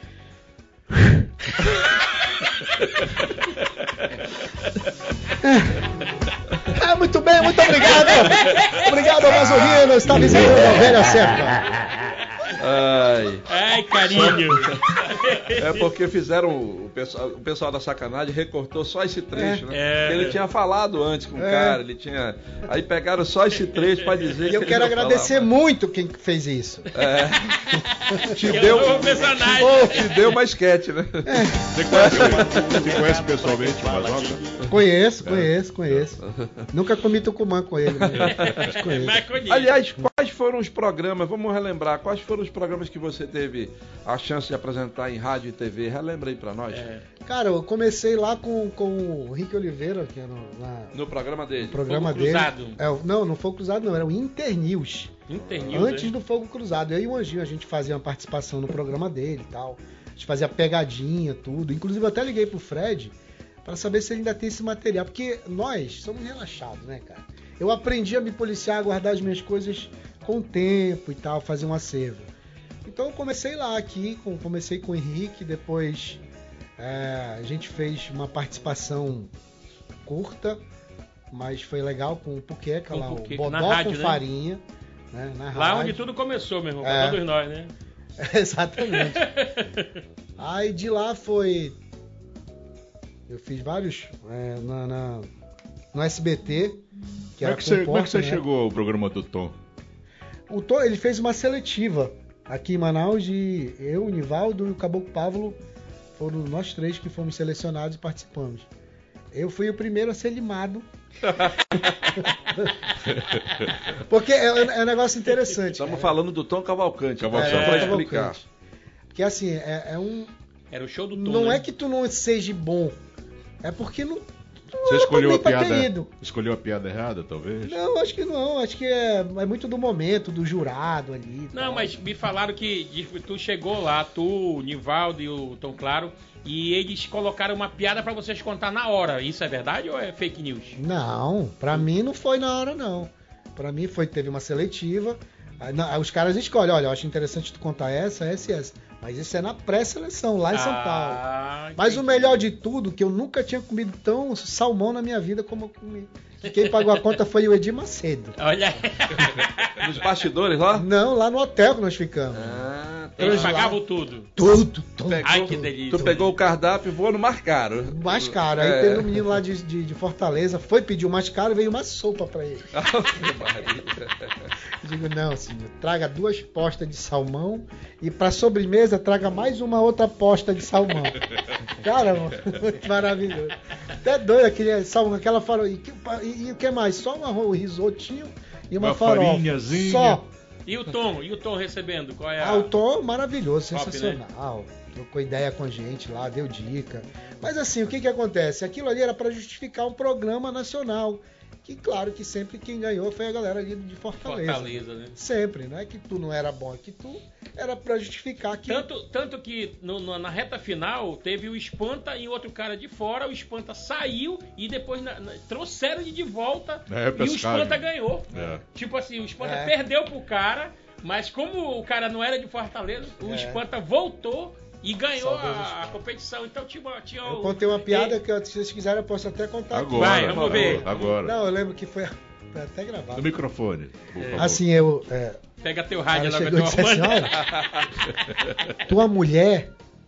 muito bem, muito obrigado. Obrigado, Amazonino. Está visitando a velha certa.
Ai, carinho.
É porque fizeram o pessoal da sacanagem recortou só esse trecho, né? Ele tinha falado antes com o cara, ele tinha. Aí pegaram só esse trecho pra dizer que.
Eu quero agradecer muito quem fez isso.
Te deu uma esquete, né?
Você conhece pessoalmente o Mazoca?
Conheço. Nunca comi tucumã com ele.
Aliás, quais foram os programas? Vamos relembrar. Quais foram os programas que você teve a chance de apresentar em rádio e TV? Relembra aí pra nós.
Cara, eu comecei lá com o Rick Oliveira, que era
no programa dele.
No programa dele. Cruzado. Não foi o Cruzado, não. Era o Internews. Antes do Fogo Cruzado. Eu e o Anjinho, a gente fazia uma participação no programa dele e tal. A gente fazia pegadinha, tudo. Inclusive, eu até liguei pro Fred pra saber se ele ainda tem esse material. Porque nós somos relaxados, né, cara? Eu aprendi a me policiar, a guardar as minhas coisas com o tempo e tal, fazer um acervo. Então eu comecei lá aqui, comecei com o Henrique, depois a gente fez uma participação curta, mas foi legal com o Puqueca lá, o Bodó rádio, com farinha, né, na
lá
rádio.
Onde tudo começou, meu irmão, pra todos nós, né?
Exatamente. Aí de lá eu fiz vários no SBT,
como é que você chegou ao programa do Tom?
O Tom, ele fez uma seletiva aqui em Manaus e eu, o Nivaldo e o Caboclo Pávolo foram nós 3 que fomos selecionados e participamos. Eu fui o primeiro a ser limado. Porque é um negócio interessante.
Estamos falando do Tom Cavalcante. Só para explicar.
Porque assim,
era o show do Tom.
Não é que tu não seja bom, é porque não.
Você escolheu a piada errada, talvez?
Não, acho que não. Acho que é muito do momento, do jurado ali.
Não, mas me falaram que tu chegou lá, tu, o Nivaldo e o Tom Claro, e eles colocaram uma piada pra vocês contar na hora. Isso é verdade ou é fake news?
Não, pra mim não foi na hora, não. Pra mim teve uma seletiva. Os caras escolhem, olha, eu acho interessante tu contar essa e essa. Mas isso é na pré-seleção, lá em São Paulo. Mas o melhor de tudo, que eu nunca tinha comido tão salmão na minha vida como eu comi. Quem pagou a conta foi o Edir Macedo.
Olha aí.
Nos bastidores lá?
Não, lá no hotel que nós ficamos.
Eles pagavam tudo.
Tudo.
Ai, que delícia.
Tu pegou o cardápio e voou no mais caro.
Mais caro. Aí teve um menino lá de Fortaleza, foi pedir o mais caro e veio uma sopa pra ele. Eu digo, não, senhor, traga 2 postas de salmão e pra sobremesa traga mais uma outra posta de salmão. Cara, muito maravilhoso. Até doido aquele salmão, aquela farofa. E o que mais? Só um risotinho e uma farofa.
Farinhazinha.
Só.
E o Tom recebendo? Qual é
o Tom maravilhoso,
top,
sensacional. Né? Trocou ideia com a gente lá, deu dica. Mas assim, o que acontece? Aquilo ali era para justificar um programa nacional. Que claro que sempre quem ganhou foi a galera ali de Fortaleza.
Né?
Sempre, não é que tu não era bom, é que tu era pra justificar aquilo.
Tanto que na reta final teve o Espanta e outro cara de fora, o Espanta saiu e depois trouxeram ele de volta e o Espanta ganhou. Tipo assim, o Espanta perdeu pro cara, mas como o cara não era de Fortaleza, o Espanta voltou e ganhou a competição. Então tinha
eu contei uma piada que se vocês quiserem eu posso até contar
agora, aqui. Vai,
vamos ver.
Agora.
Não, eu lembro que foi até gravado.
No microfone, por favor.
Assim,
pega teu rádio lá,
chegou e disse assim, olha, tua mulher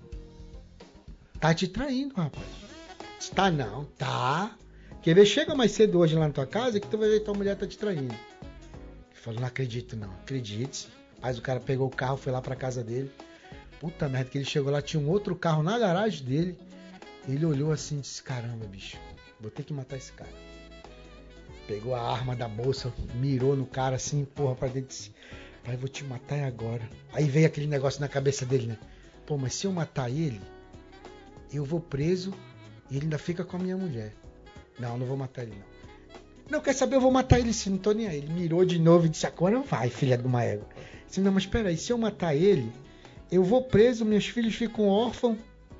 tá te traindo, rapaz. Tá não, tá. Quer ver? Chega mais cedo hoje lá na tua casa que tu vai ver que tua mulher tá te traindo. Ele falou, não acredito não, acredite. Mas o cara pegou o carro, foi lá pra casa dele. Puta merda, que ele chegou lá, tinha um outro carro na garagem dele. Ele olhou assim e disse, caramba, bicho, vou ter que matar esse cara. Pegou a arma da bolsa, mirou no cara assim, porra, pra dentro e disse, pai, vou te matar agora. Aí veio aquele negócio na cabeça dele, né? Pô, mas se eu matar ele, eu vou preso e ele ainda fica com a minha mulher. Não vou matar ele não. Não, quer saber, eu vou matar ele sim, não tô nem aí. Ele mirou de novo e disse, agora vai, filha de uma égua. Disse, não, mas peraí, se eu matar ele, eu vou preso, meus filhos ficam órfãos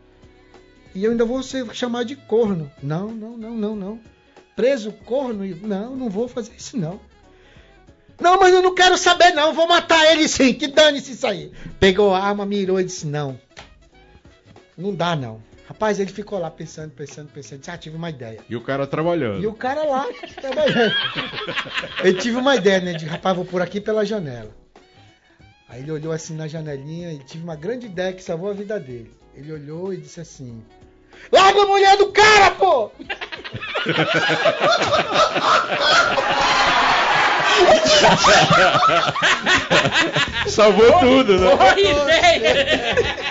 e eu ainda vou ser chamado de corno. Não. Preso, corno? Não vou fazer isso não. Não, mas eu não quero saber não, vou matar ele sim, que dane-se isso aí. Pegou a arma, mirou e disse, não dá não. Rapaz, ele ficou lá pensando, disse, tive uma ideia.
E o cara trabalhando.
E o cara lá trabalhando. Ele tive uma ideia, né, de rapaz, vou por aqui pela janela. Aí ele olhou assim na janelinha e tive uma grande ideia que salvou a vida dele. Ele olhou e disse assim, larga a mulher do cara, pô!
Salvou tudo, né?
Boa ideia!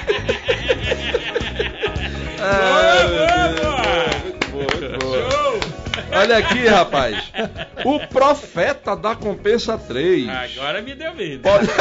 Olha aqui, rapaz. O Profeta da Compensa 3.
Agora me deu medo.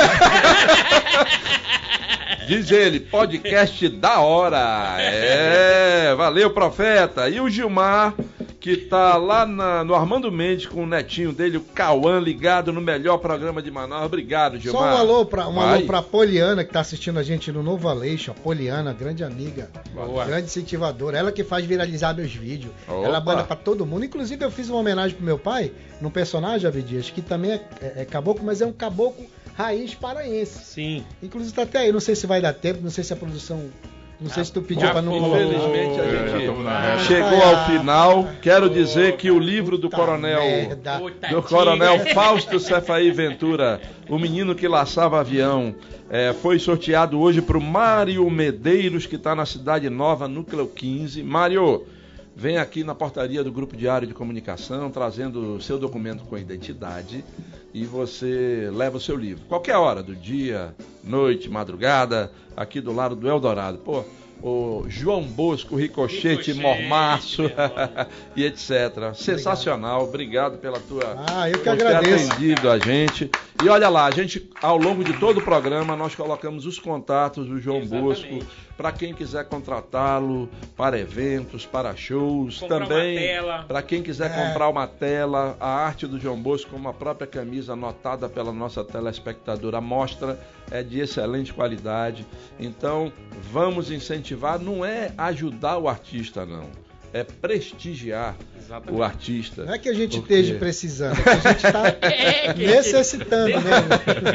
Diz ele, podcast da hora. Valeu, Profeta. E o Gilmar, que tá lá no Armando Mendes com o netinho dele, o Cauã, ligado no melhor programa de Manaus. Obrigado, Gilmar.
Só um alô pra Poliana, que tá assistindo a gente no Novo Aleixo. A Poliana, grande amiga, grande incentivadora. Ela que faz viralizar meus vídeos.
Opa.
Ela manda pra todo mundo. Inclusive, eu fiz uma homenagem pro meu pai, num personagem, Abdias, que também é caboclo, mas é um caboclo raiz paraense.
Sim.
Inclusive, tá até aí. Não sei se vai dar tempo, não sei se a produção... Não sei se tu pediu para não colocar.
Infelizmente a gente chegou ao final. Quero dizer que o livro do Coronel Fausto Cefaí Ventura, O Menino que Laçava Avião, foi sorteado hoje para o Mário Medeiros, que está na Cidade Nova, Núcleo 15. Mário, vem aqui na portaria do Grupo Diário de Comunicação, trazendo o seu documento com identidade, e você leva o seu livro. Qualquer hora do dia, noite, madrugada, aqui do lado do Eldorado. Pô, o João Bosco, Ricochete, Mormaço e etc. Sensacional, obrigado pela tua...
eu que agradeço.
Ter atendido a gente. E olha lá, a gente, ao longo de todo o programa, nós colocamos os contatos do João Bosco, para quem quiser contratá-lo para eventos, para shows, também para quem quiser comprar uma tela, a arte do João Bosco, como a própria camisa anotada pela nossa telespectadora mostra, é de excelente qualidade. Então, vamos incentivar, não é ajudar o artista, não. É prestigiar o artista.
Não é que a gente esteja precisando, é que a gente está necessitando, né?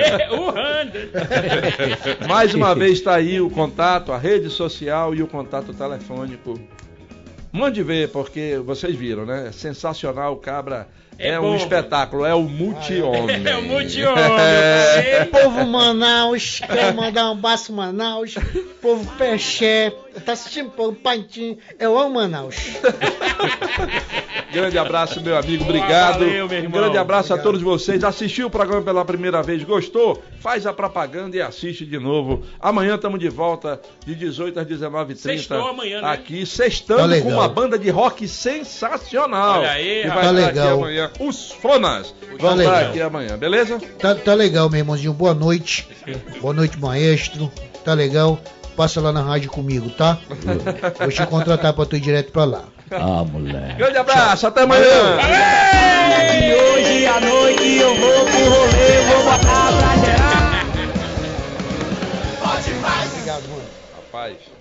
Mais uma vez está aí o contato, a rede social e o contato telefônico. Mande ver, porque vocês viram, né? É sensacional, o cabra é um espetáculo, é o multi-homem.
É o multi-homem.
Povo Manaus, quero mandar um abraço Manaus, povo Peixé, tá assistindo povo Pantinho, eu amo Manaus.
Grande abraço, meu amigo, obrigado.
Valeu, meu irmão.
Grande abraço a todos vocês. Assistiu o programa pela primeira vez, gostou? Faz a propaganda e assiste de novo. Amanhã estamos de volta, de 18 às 19h30.
Sextou amanhã, né?
Aqui, sextando com uma banda de rock sensacional.
Olha aí,
que vai estar aqui amanhã. Os Fonas vão estar aqui amanhã, beleza?
Tá legal, meu irmãozinho. Boa noite. Boa noite, maestro. Tá legal? Passa lá na rádio comigo, tá? Vou te contratar pra tu ir direto pra lá.
Moleque.
Grande abraço, até amanhã.
E hoje à noite eu vou pro rolê, vou botar pra gerar.
Obrigado, mano.
Rapaz.